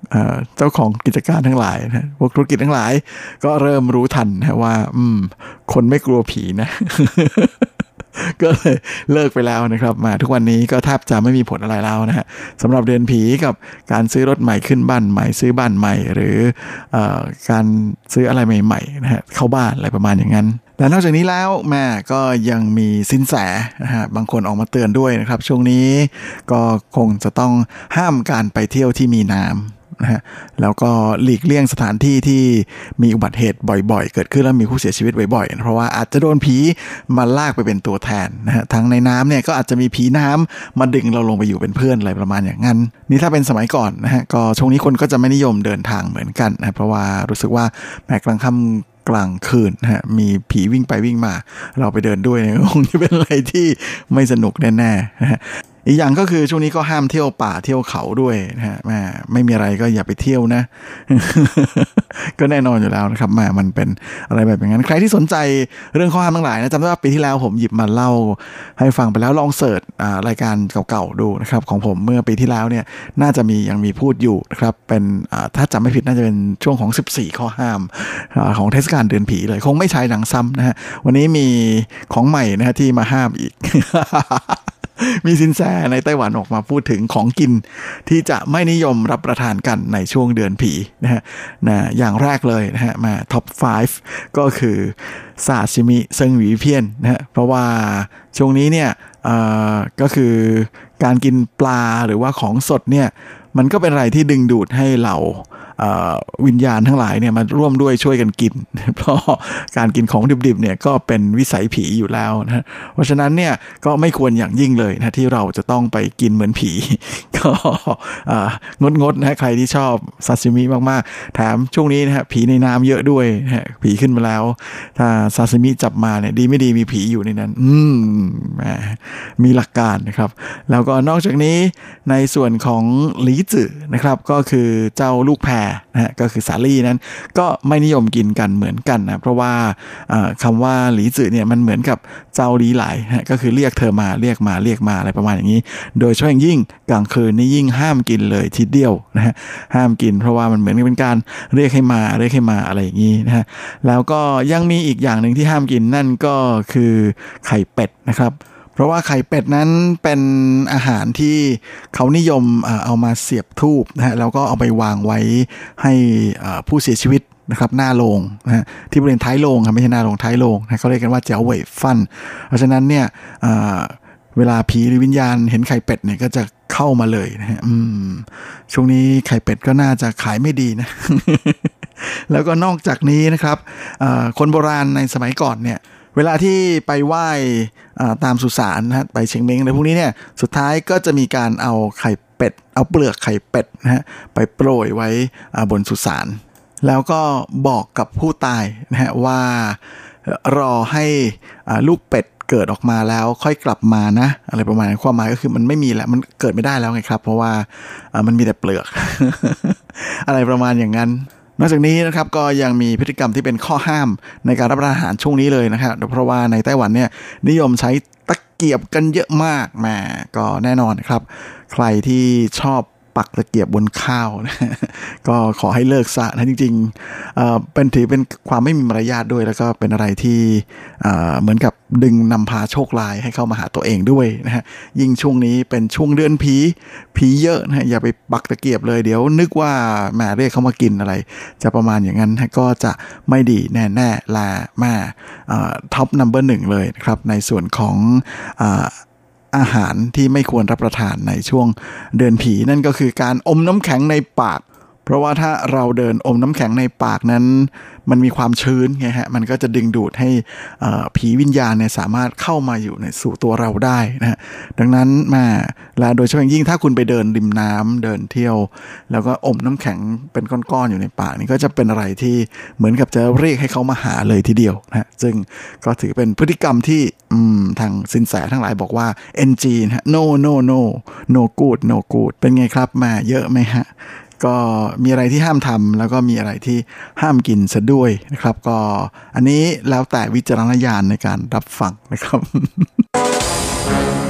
เจ้าของกิจการทั้งหลายนะพวกธุรกิจทั้งหลายก็เริ่มรู้ทันนะว่าอืมคนไม่กลัวผีนะ ก็เลยเลิกไปแล้วนะครับมาทุกวันนี้ก็แทบจะไม่มีผลอะไรแล้วนะฮะสำหรับเดือนผีกับการซื้อรถใหม่ขึ้นบ้านใหม่ซื้อบ้านใหม่หรือเอ่อการซื้ออะไรใหม่ๆนะฮะเข้าบ้านอะไรประมาณอย่างนั้นและนอกจากนี้แล้วแม่ก็ยังมีสินแสนะฮะบางคนออกมาเตือนด้วยนะครับช่วงนี้ก็คงจะต้องห้ามการไปเที่ยวที่มีน้ำนะฮะแล้วก็หลีกเลี่ยงสถานที่ที่มีอุบัติเหตุบ่อยๆเกิดขึ้นแล้วมีผู้เสียชีวิตบ่อยๆเพราะว่าอาจจะโดนผีมาลากไปเป็นตัวแทนนะฮะทั้งในน้ำเนี่ยก็อาจจะมีผีน้ำมาดึงเราลงไปอยู่เป็นเพื่อนอะไรประมาณอย่างนั้นนี่ถ้าเป็นสมัยก่อนนะฮะก็ช่วงนี้คนก็จะไม่นิยมเดินทางเหมือนกันนะเพราะว่ารู้สึกว่าแม้กลางค่ำกลางคืนนะฮะมีผีวิ่งไปวิ่งมาเราไปเดินด้วยเนี่ยคงจะเป็นอะไรที่ไม่สนุกแน่ๆนะฮะอีกอย่างก็คือช่วงนี้ก็ห้ามเที่ยวป่าเที่ยวเขาด้วยนะฮะแม่ไม่มีอะไรก็อย่าไปเที่ยวนะ ก็แน่นอนอยู่แล้วนะครับแม่มันเป็นอะไรแบบอย่างนั้นใครที่สนใจเรื่องข้อห้ามทั้งหลายนะจำได้ว่าปีที่แล้วผมหยิบมาเล่าให้ฟังไปแล้วลองเสิร์ชรายการเก่าๆดูนะครับของผมเมื่อปีที่แล้วเนี่ยน่าจะมียังมีพูดอยู่นะครับเป็นถ้าจำไม่ผิดน่าจะเป็นช่วงของสิบสี่ข้อห้ามของเทศกาลเดือนผีเลยคงไม่ใช้หนังซ้ำนะฮะวันนี้มีของใหม่นะฮะที่มาห้ามอีก มีสินแสในไต้หวันออกมาพูดถึงของกินที่จะไม่นิยมรับประทานกันในช่วงเดือนผีนะฮะนะอย่างแรกเลยนะฮะมาท็อปห้าก็คือซาชิมิเซิงหวีเพี้ยนนะฮะเพราะว่าช่วงนี้เนี่ยเอ่อก็คือการกินปลาหรือว่าของสดเนี่ยมันก็เป็นอะไรที่ดึงดูดให้เราวิญญาณทั้งหลายเนี่ยมาร่วมด้วยช่วยกันกินเพราะการกินของดิบๆเนี่ยก็เป็นวิสัยผีอยู่แล้วนะเพราะฉะนั้นเนี่ยก็ไม่ควรอย่างยิ่งเลยนะที่เราจะต้องไปกินเหมือนผีก็งดๆนะใครที่ชอบซาซิมิมากๆแถมช่วงนี้นะฮะผีในน้ำเยอะด้วยนะผีขึ้นมาแล้วถ้าซาซิมิจับมาเนี่ยดีไม่ดีมีผีอยู่ในนั้นอืมมีหลักการนะครับแล้วก็นอกจากนี้ในส่วนของหลีจื่อนะครับก็คือเจ้าลูกแพรนะฮะก็คือสาลี่นั้นก็ไม่นิยมกินกันเหมือนกันนะเพราะว่าคำว่าหลีจื่อเนี่ยมันเหมือนกับเจ้าหลีหลายฮะก็คือเรียกเธอมาเรียกมาเรียกมาอะไรประมาณอย่างนี้โดยเฉพาะอย่างยิ่งกลางคืนนี่ยิ่งห้ามกินเลยทีเดียวนะฮะห้ามกินเพราะว่ามันเหมือนเป็นการเรียกให้มาเรียกให้มาอะไรอย่างนี้นะฮะแล้วก็ยังมีอีกอย่างหนึ่งที่ห้ามกินนั่นก็คือไข่เป็ดนะครับเพราะว่าไข่เป็ดนั้นเป็นอาหารที่เขานิยมเอามาเสียบธูปนะฮะแล้วก็เอาไปวางไว้ให้ผู้เสียชีวิตนะครับหน้าโลงนะฮะที่บริเวณท้ายโลงครับไม่ใช่หน้าโลงท้ายโลงนะเขาเรียกกันว่าเจ๋วเหว่ยฟันเพราะฉะนั้นเนี่ยเวลาผีหรือวิญญาณเห็นไข่เป็ดเนี่ยก็จะเข้ามาเลยนะฮะช่วงนี้ไข่เป็ดก็น่าจะขายไม่ดีนะ แล้วก็นอกจากนี้นะครับคนโบราณในสมัยก่อนเนี่ยเวลาที่ไปไหว้ตามสุสานนะฮะไปเชียงเม้งอะไรพวกนี้เนี่ยสุดท้ายก็จะมีการเอาไข่เป็ดเอาเปลือกไข่เป็ดนะฮะไปโปรยไว้บนสุสานแล้วก็บอกกับผู้ตายนะฮะว่ารอให้ลูกเป็ดเกิดออกมาแล้วค่อยกลับมานะอะไรประมาณนั้นความหมายก็คือมันไม่มีแล้วมันเกิดไม่ได้แล้วไงครับเพราะว่ามันมีแต่เปลือก อะไรประมาณอย่างนั้นนอกจากนี้นะครับก็ยังมีพฤติกรรมที่เป็นข้อห้ามในการรับประทานอาหารช่วงนี้เลยนะครับเพราะว่าในไต้หวันเนี่ยนิยมใช้ตะเกียบกันเยอะมากแหมก็แน่นอนครับใครที่ชอบปักตะเกียบบนข้าวนะก็ขอให้เลิกซะนะจริงๆเอ่อเป็นถือเป็นความไม่มีมารยาทด้วยแล้วก็เป็นอะไรที่เอ่อเหมือนกับดึงนำพาโชคลายให้เข้ามาหาตัวเองด้วยนะฮะยิ่งช่วงนี้เป็นช่วงเดือนผีผีเยอะนะอย่าไปปักตะเกียบเลยเดี๋ยวนึกว่าแม่เรียกเขามากินอะไรจะประมาณอย่างนั้นก็จะไม่ดีแน่ๆลามาท็อปนัมเบอร์หนึ่งเลยนะครับในส่วนของอาหารที่ไม่ควรรับประทานในช่วงเดือนผีนั่นก็คือการอมน้ำแข็งในปากเพราะว่าถ้าเราเดินอมน้ำแข็งในปากนั้นมันมีความชื้นไงฮะมันก็จะดึงดูดให้ผีวิญญาณเนี่ยสามารถเข้ามาอยู่ในสู่ตัวเราได้นะฮะดังนั้นมาและโดยเฉพาะยิ่งถ้าคุณไปเดินริมน้ำเดินเที่ยวแล้วก็อมน้ำแข็งเป็นก้อนๆอยู่ในปากนี่ก็จะเป็นอะไรที่เหมือนกับจะเรียกให้เขามาหาเลยทีเดียวนะฮะซึ่งก็ถือเป็นพฤติกรรมที่ทางสินแสทั้งหลายบอกว่า เอ็น จี นะฮะ no no no no good no good เป็นไงครับมาเยอะไหมฮะก็มีอะไรที่ห้ามทำแล้วก็มีอะไรที่ห้ามกินซะด้วยนะครับก็อันนี้แล้วแต่วิจารณญาณในการรับฟังนะครับ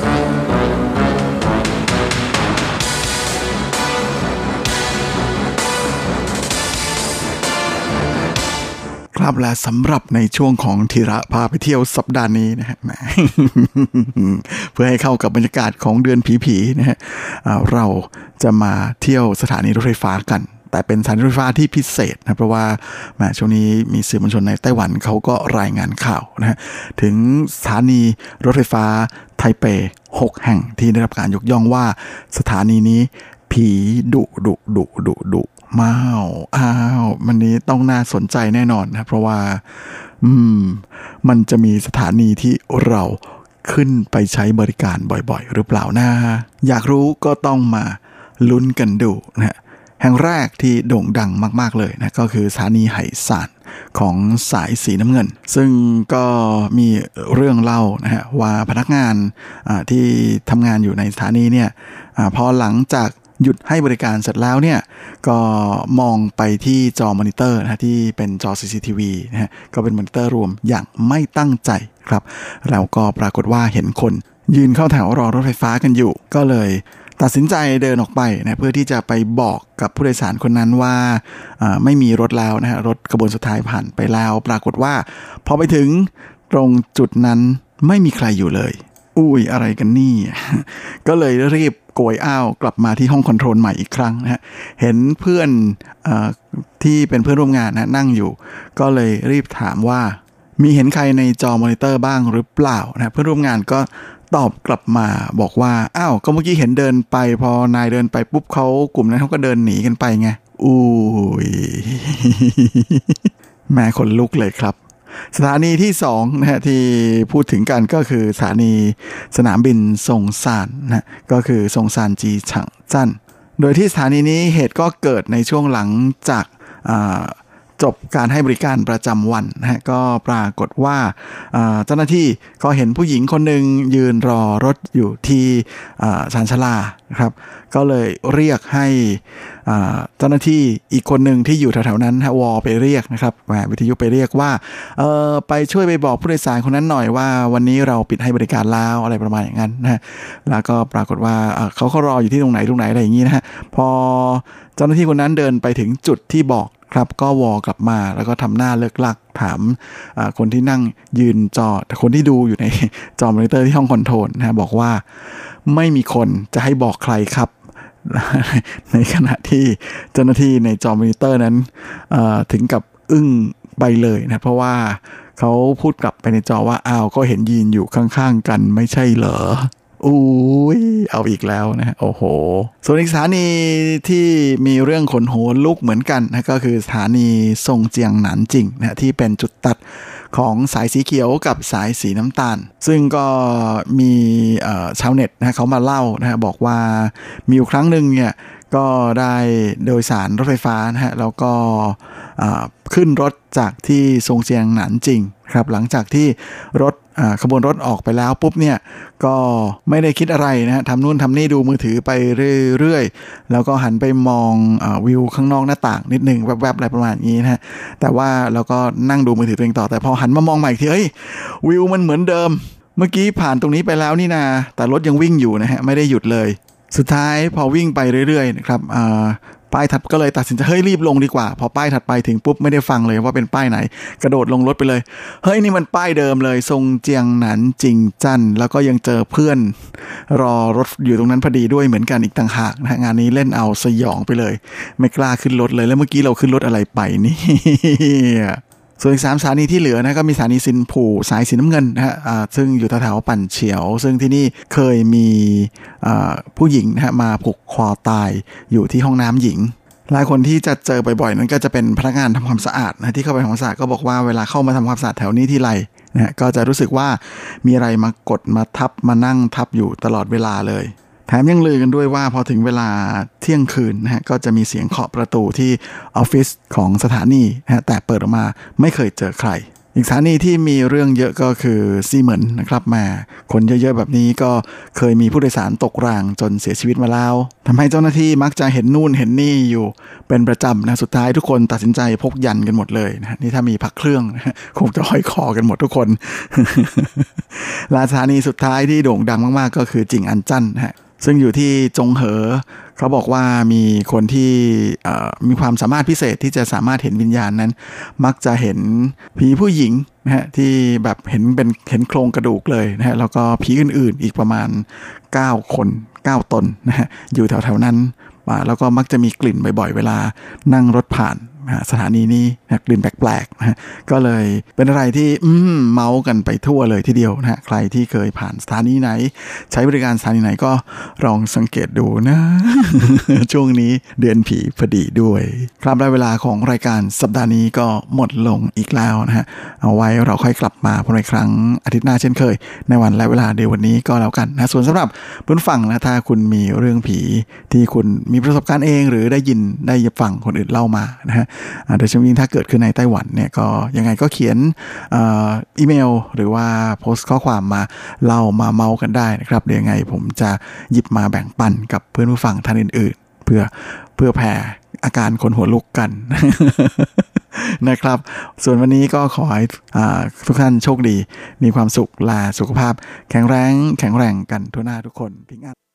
คครับและสำหรับในช่วงของธีระพาไปเที่ยวสัปดาห์นี้นะฮะ เพื่อให้เข้ากับบรรยากาศของเดือนผีๆนะฮะเราจะมาเที่ยวสถานีรถไฟฟ้ากันแต่เป็นสถานีรถไฟฟ้าที่พิเศษนะเพราะว่าแม้ช่วงนี้มีสื่อมวลชนในไต้หวันเขาก็รายงานข่าวนะฮะถึงสถานีรถไฟฟ้าไทเปหกแห่งที่ได้รับการยกย่องว่าสถานีนี้ผีดุดุดุดุดุม้าวอ้าวมันนี้ต้องน่าสนใจแน่นอนนะเพราะว่าอืมมันจะมีสถานีที่เราขึ้นไปใช้บริการบ่อยๆหรือเปล่านะอยากรู้ก็ต้องมาลุ้นกันดูนะแห่งแรกที่โด่งดังมากๆเลยนะก็คือสถานีไหซานของสายสีน้ำเงินซึ่งก็มีเรื่องเล่านะฮะว่าพนักงานที่ทำงานอยู่ในสถานีเนี่ยพอหลังจากหยุดให้บริการเสร็จแล้วเนี่ยก็มองไปที่จอมอนิเตอร์นะที่เป็นจอ ซี ซี ที วี นะฮะก็เป็นมอนิเตอร์รวมอย่างไม่ตั้งใจครับแล้วก็ปรากฏว่าเห็นคนยืนเข้าแถวรอรถไฟฟ้ากันอยู่ก็เลยตัดสินใจเดินออกไปนะเพื่อที่จะไปบอกกับผู้โดยสารคนนั้นว่าไม่มีรถแล้วนะฮะรถขบวนสุดท้ายผ่านไปแล้วปรากฏว่าพอไปถึงตรงจุดนั้นไม่มีใครอยู่เลยอุ้ยอะไรกันนี่ ก็เลยรีบโกยอ้าวกลับมาที่ห้องคอนโทรลใหม่อีกครั้งนะฮะเห็นเพื่อนเอ่อที่เป็นเพื่อนร่วมงานนะนั่งอยู่ก็เลยรีบถามว่ามีเห็นใครในจอมอนิเตอร์บ้างหรือเปล่านะเพื่อนร่วมงานก็ตอบกลับมาบอกว่าอ้าวก็เมื่อกี้เห็นเดินไปพอนายเดินไปปุ๊บเขากลุ่มนั้นเขาก็เดินหนีกันไปไงอุ้ย แม่ขนลุกเลยครับสถานีที่สองนะฮะที่พูดถึงกันก็คือสถานีสนามบินซงซานนะก็คือซงซานจีฉังจั่นโดยที่สถานีนี้เหตุก็เกิดในช่วงหลังจากจบการให้บริการประจำวันนะฮะก็ปรากฏว่าเจ้าหน้าที่ก็เห็นผู้หญิงคนหนึ่งยืนรอรถอยู่ที่ชานชาลาครับก็เลยเรียกให้เจ้าหน้าที่อีกคนหนึ่งที่อยู่แถวๆนั้นวอไปเรียกนะครับวิทยุไปเรียกว่าไปช่วยไปบอกผู้โดยสารคนนั้นหน่อยว่าวันนี้เราปิดให้บริการแล้วอะไรประมาณอย่างนั้นนะแล้วก็ปรากฏว่าเขาเขารออยู่ที่ตรงไหนตรงไหนอะไรอย่างนี้นะฮะพอเจ้าหน้าที่คนนั้นเดินไปถึงจุดที่บอกครับก็วอกลับมาแล้วก็ทำหน้าเลิกลักถามคนที่นั่งยืนจอแต่คนที่ดูอยู่ในจอมอนิเตอร์ที่ห้องคอนโทรลนะบอกว่าไม่มีคนจะให้บอกใครครับ ในขณะที่เจ้าหน้าที่ในจอมอนิเตอร์นั้นถึงกับอึ้งไปเลยนะเพราะว่าเขาพูดกลับไปในจอว่าอ้าวก็เห็นยืนอยู่ข้างๆกันไม่ใช่เหรออุ้ยเอาอีกแล้วนะโอ้โหส่วนอีกสถานีที่มีเรื่องขนหัวลุกเหมือนกันนะก็คือสถานีซงเจียงหนานจิงนะที่เป็นจุดตัดของสายสีเขียวกับสายสีน้ำตาลซึ่งก็มีชาวเน็ตนะเขามาเล่านะบอกว่ามีอยู่ครั้งหนึ่งเนี่ยก็ได้โดยสารรถไฟฟ้านะฮะแล้วก็ขึ้นรถจากที่ซงเจียงหนานจิงครับหลังจากที่รถขบวนรถออกไปแล้วปุ๊บเนี่ยก็ไม่ได้คิดอะไรนะฮะทำนู่นทำนี่ดูมือถือไปเรื่อยๆแล้วก็หันไปมองวิวข้างนอกหน้าต่างนิดนึงแวบๆอะไรประมาณนี้นะฮะแต่ว่าเราก็นั่งดูมือถือตัวเองต่อแต่พอหันมามองใหม่อีกทีเฮ้ยวิวมันเหมือนเดิมเมื่อกี้ผ่านตรงนี้ไปแล้วนี่นาแต่รถยังวิ่งอยู่นะฮะไม่ได้หยุดเลยสุดท้ายพอวิ่งไปเรื่อยๆนะครับป้ายถัดก็เลยตัดสินใจเฮ้ยรีบลงดีกว่าพอป้ายถัดไปถึงปุ๊บไม่ได้ฟังเลยว่าเป็นป้ายไหนกระโดดลงรถไปเลยเฮ้ยนี่มันป้ายเดิมเลยซงเจียงหนานจิงจั่นแล้วก็ยังเจอเพื่อนรอรถอยู่ตรงนั้นพอดีด้วยเหมือนกันอีกต่างหากนะงานนี้เล่นเอาสยองไปเลยไม่กล้าขึ้นรถเลยแล้วเมื่อกี้เราขึ้นรถอะไรไปนี่ส่วนอีกสามสถานีที่เหลือนะก็มีสถานีซินผู่สายสีน้ำเงินนะฮะซึ่งอยู่แถวๆปั่นเฉียวซึ่งที่นี่เคยมีผู้หญิงนะฮะมาผูกคอตายอยู่ที่ห้องน้ำหญิงหลายคนที่จะเจอบ่อยๆนั้นก็จะเป็นพนักงานทำความสะอาดนะที่เข้าไปทำความสะอาดก็บอกว่าเวลาเข้ามาทำความสะอาดแถวนี้ทีไรนะฮะก็จะรู้สึกว่ามีอะไรมากดมาทับมานั่งทับอยู่ตลอดเวลาเลยแถมยังลือกันด้วยว่าพอถึงเวลาเที่ยงคืนนะฮะก็จะมีเสียงเคาะประตูที่ออฟฟิศของสถานีนะฮะแต่เปิดออกมาไม่เคยเจอใครอีกสถานีที่มีเรื่องเยอะก็คือซีเหมินนะครับมาคนเยอะๆแบบนี้ก็เคยมีผู้โดยสารตกรางจนเสียชีวิตมาแล้วทำให้เจ้าหน้าที่มักจะเห็นนู่นเห็นนี่อยู่เป็นประจำนะสุดท้ายทุกคนตัดสินใจพกยันกันหมดเลยนะนี่ถ้ามีพักเครื่องนะคงจะห้อยคอกันหมดทุกคน และสถานีสุดท้ายที่โด่งดังมากๆก็คือจิงอันจั่นนะฮะซึ่งอยู่ที่จงเหอเขาบอกว่ามีคนที่มีความสามารถพิเศษที่จะสามารถเห็นวิญญาณนั้นมักจะเห็นผีผู้หญิงนะฮะที่แบบเห็นเป็นเห็นโครงกระดูกเลยนะฮะแล้วก็ผีอื่นๆอีกประมาณเก้าคนเก้าตนนะฮะอยู่แถวๆนั้นแล้วก็มักจะมีกลิ่นบ่อยๆเวลานั่งรถผ่านสถานีนี้นะกลิ่นแปลกๆนะก็เลยเป็นอะไรที่อืมเมากันไปทั่วเลยทีเดียวนะใครที่เคยผ่านสถานีไหนใช้บริการสถานีไหนก็ลองสังเกตดูนะ ช่วงนี้เดือนผีพอดีด้วยครับและเวลาของรายการสัปดาห์นี้ก็หมดลงอีกแล้วนะฮะเอาไว้เราค่อยกลับมาพบในครั้งอาทิตย์หน้าเช่นเคยในวันและเวลาเดียววันนี้ก็แล้วกันนะส่วนสำหรับผู้ฟังนะถ้าคุณมีเรื่องผีที่คุณมีประสบการณ์เองหรือได้ยินได้ฟังคนอื่นเล่ามานะฮะโดยเฉพาะยิ่งถ้าเกิดขึ้นในไต้หวันเนี่ยก็ยังไงก็เขียนอีเมลหรือว่าโพสต์ข้อความมาเล่ามาเมากันได้นะครับเดี๋ยวยังไงผมจะหยิบมาแบ่งปันกับเพื่อนผู้ฟังท่านอื่นๆเพื่อเพื่อแผ่อาการคนหัวลุกกัน นะครับส่วนวันนี้ก็ขอให้ทุกท่านโชคดีมีความสุขและสุขภาพแข็งแรงแข็งแรงกันทั่วหน้าทุกคนพิงอัน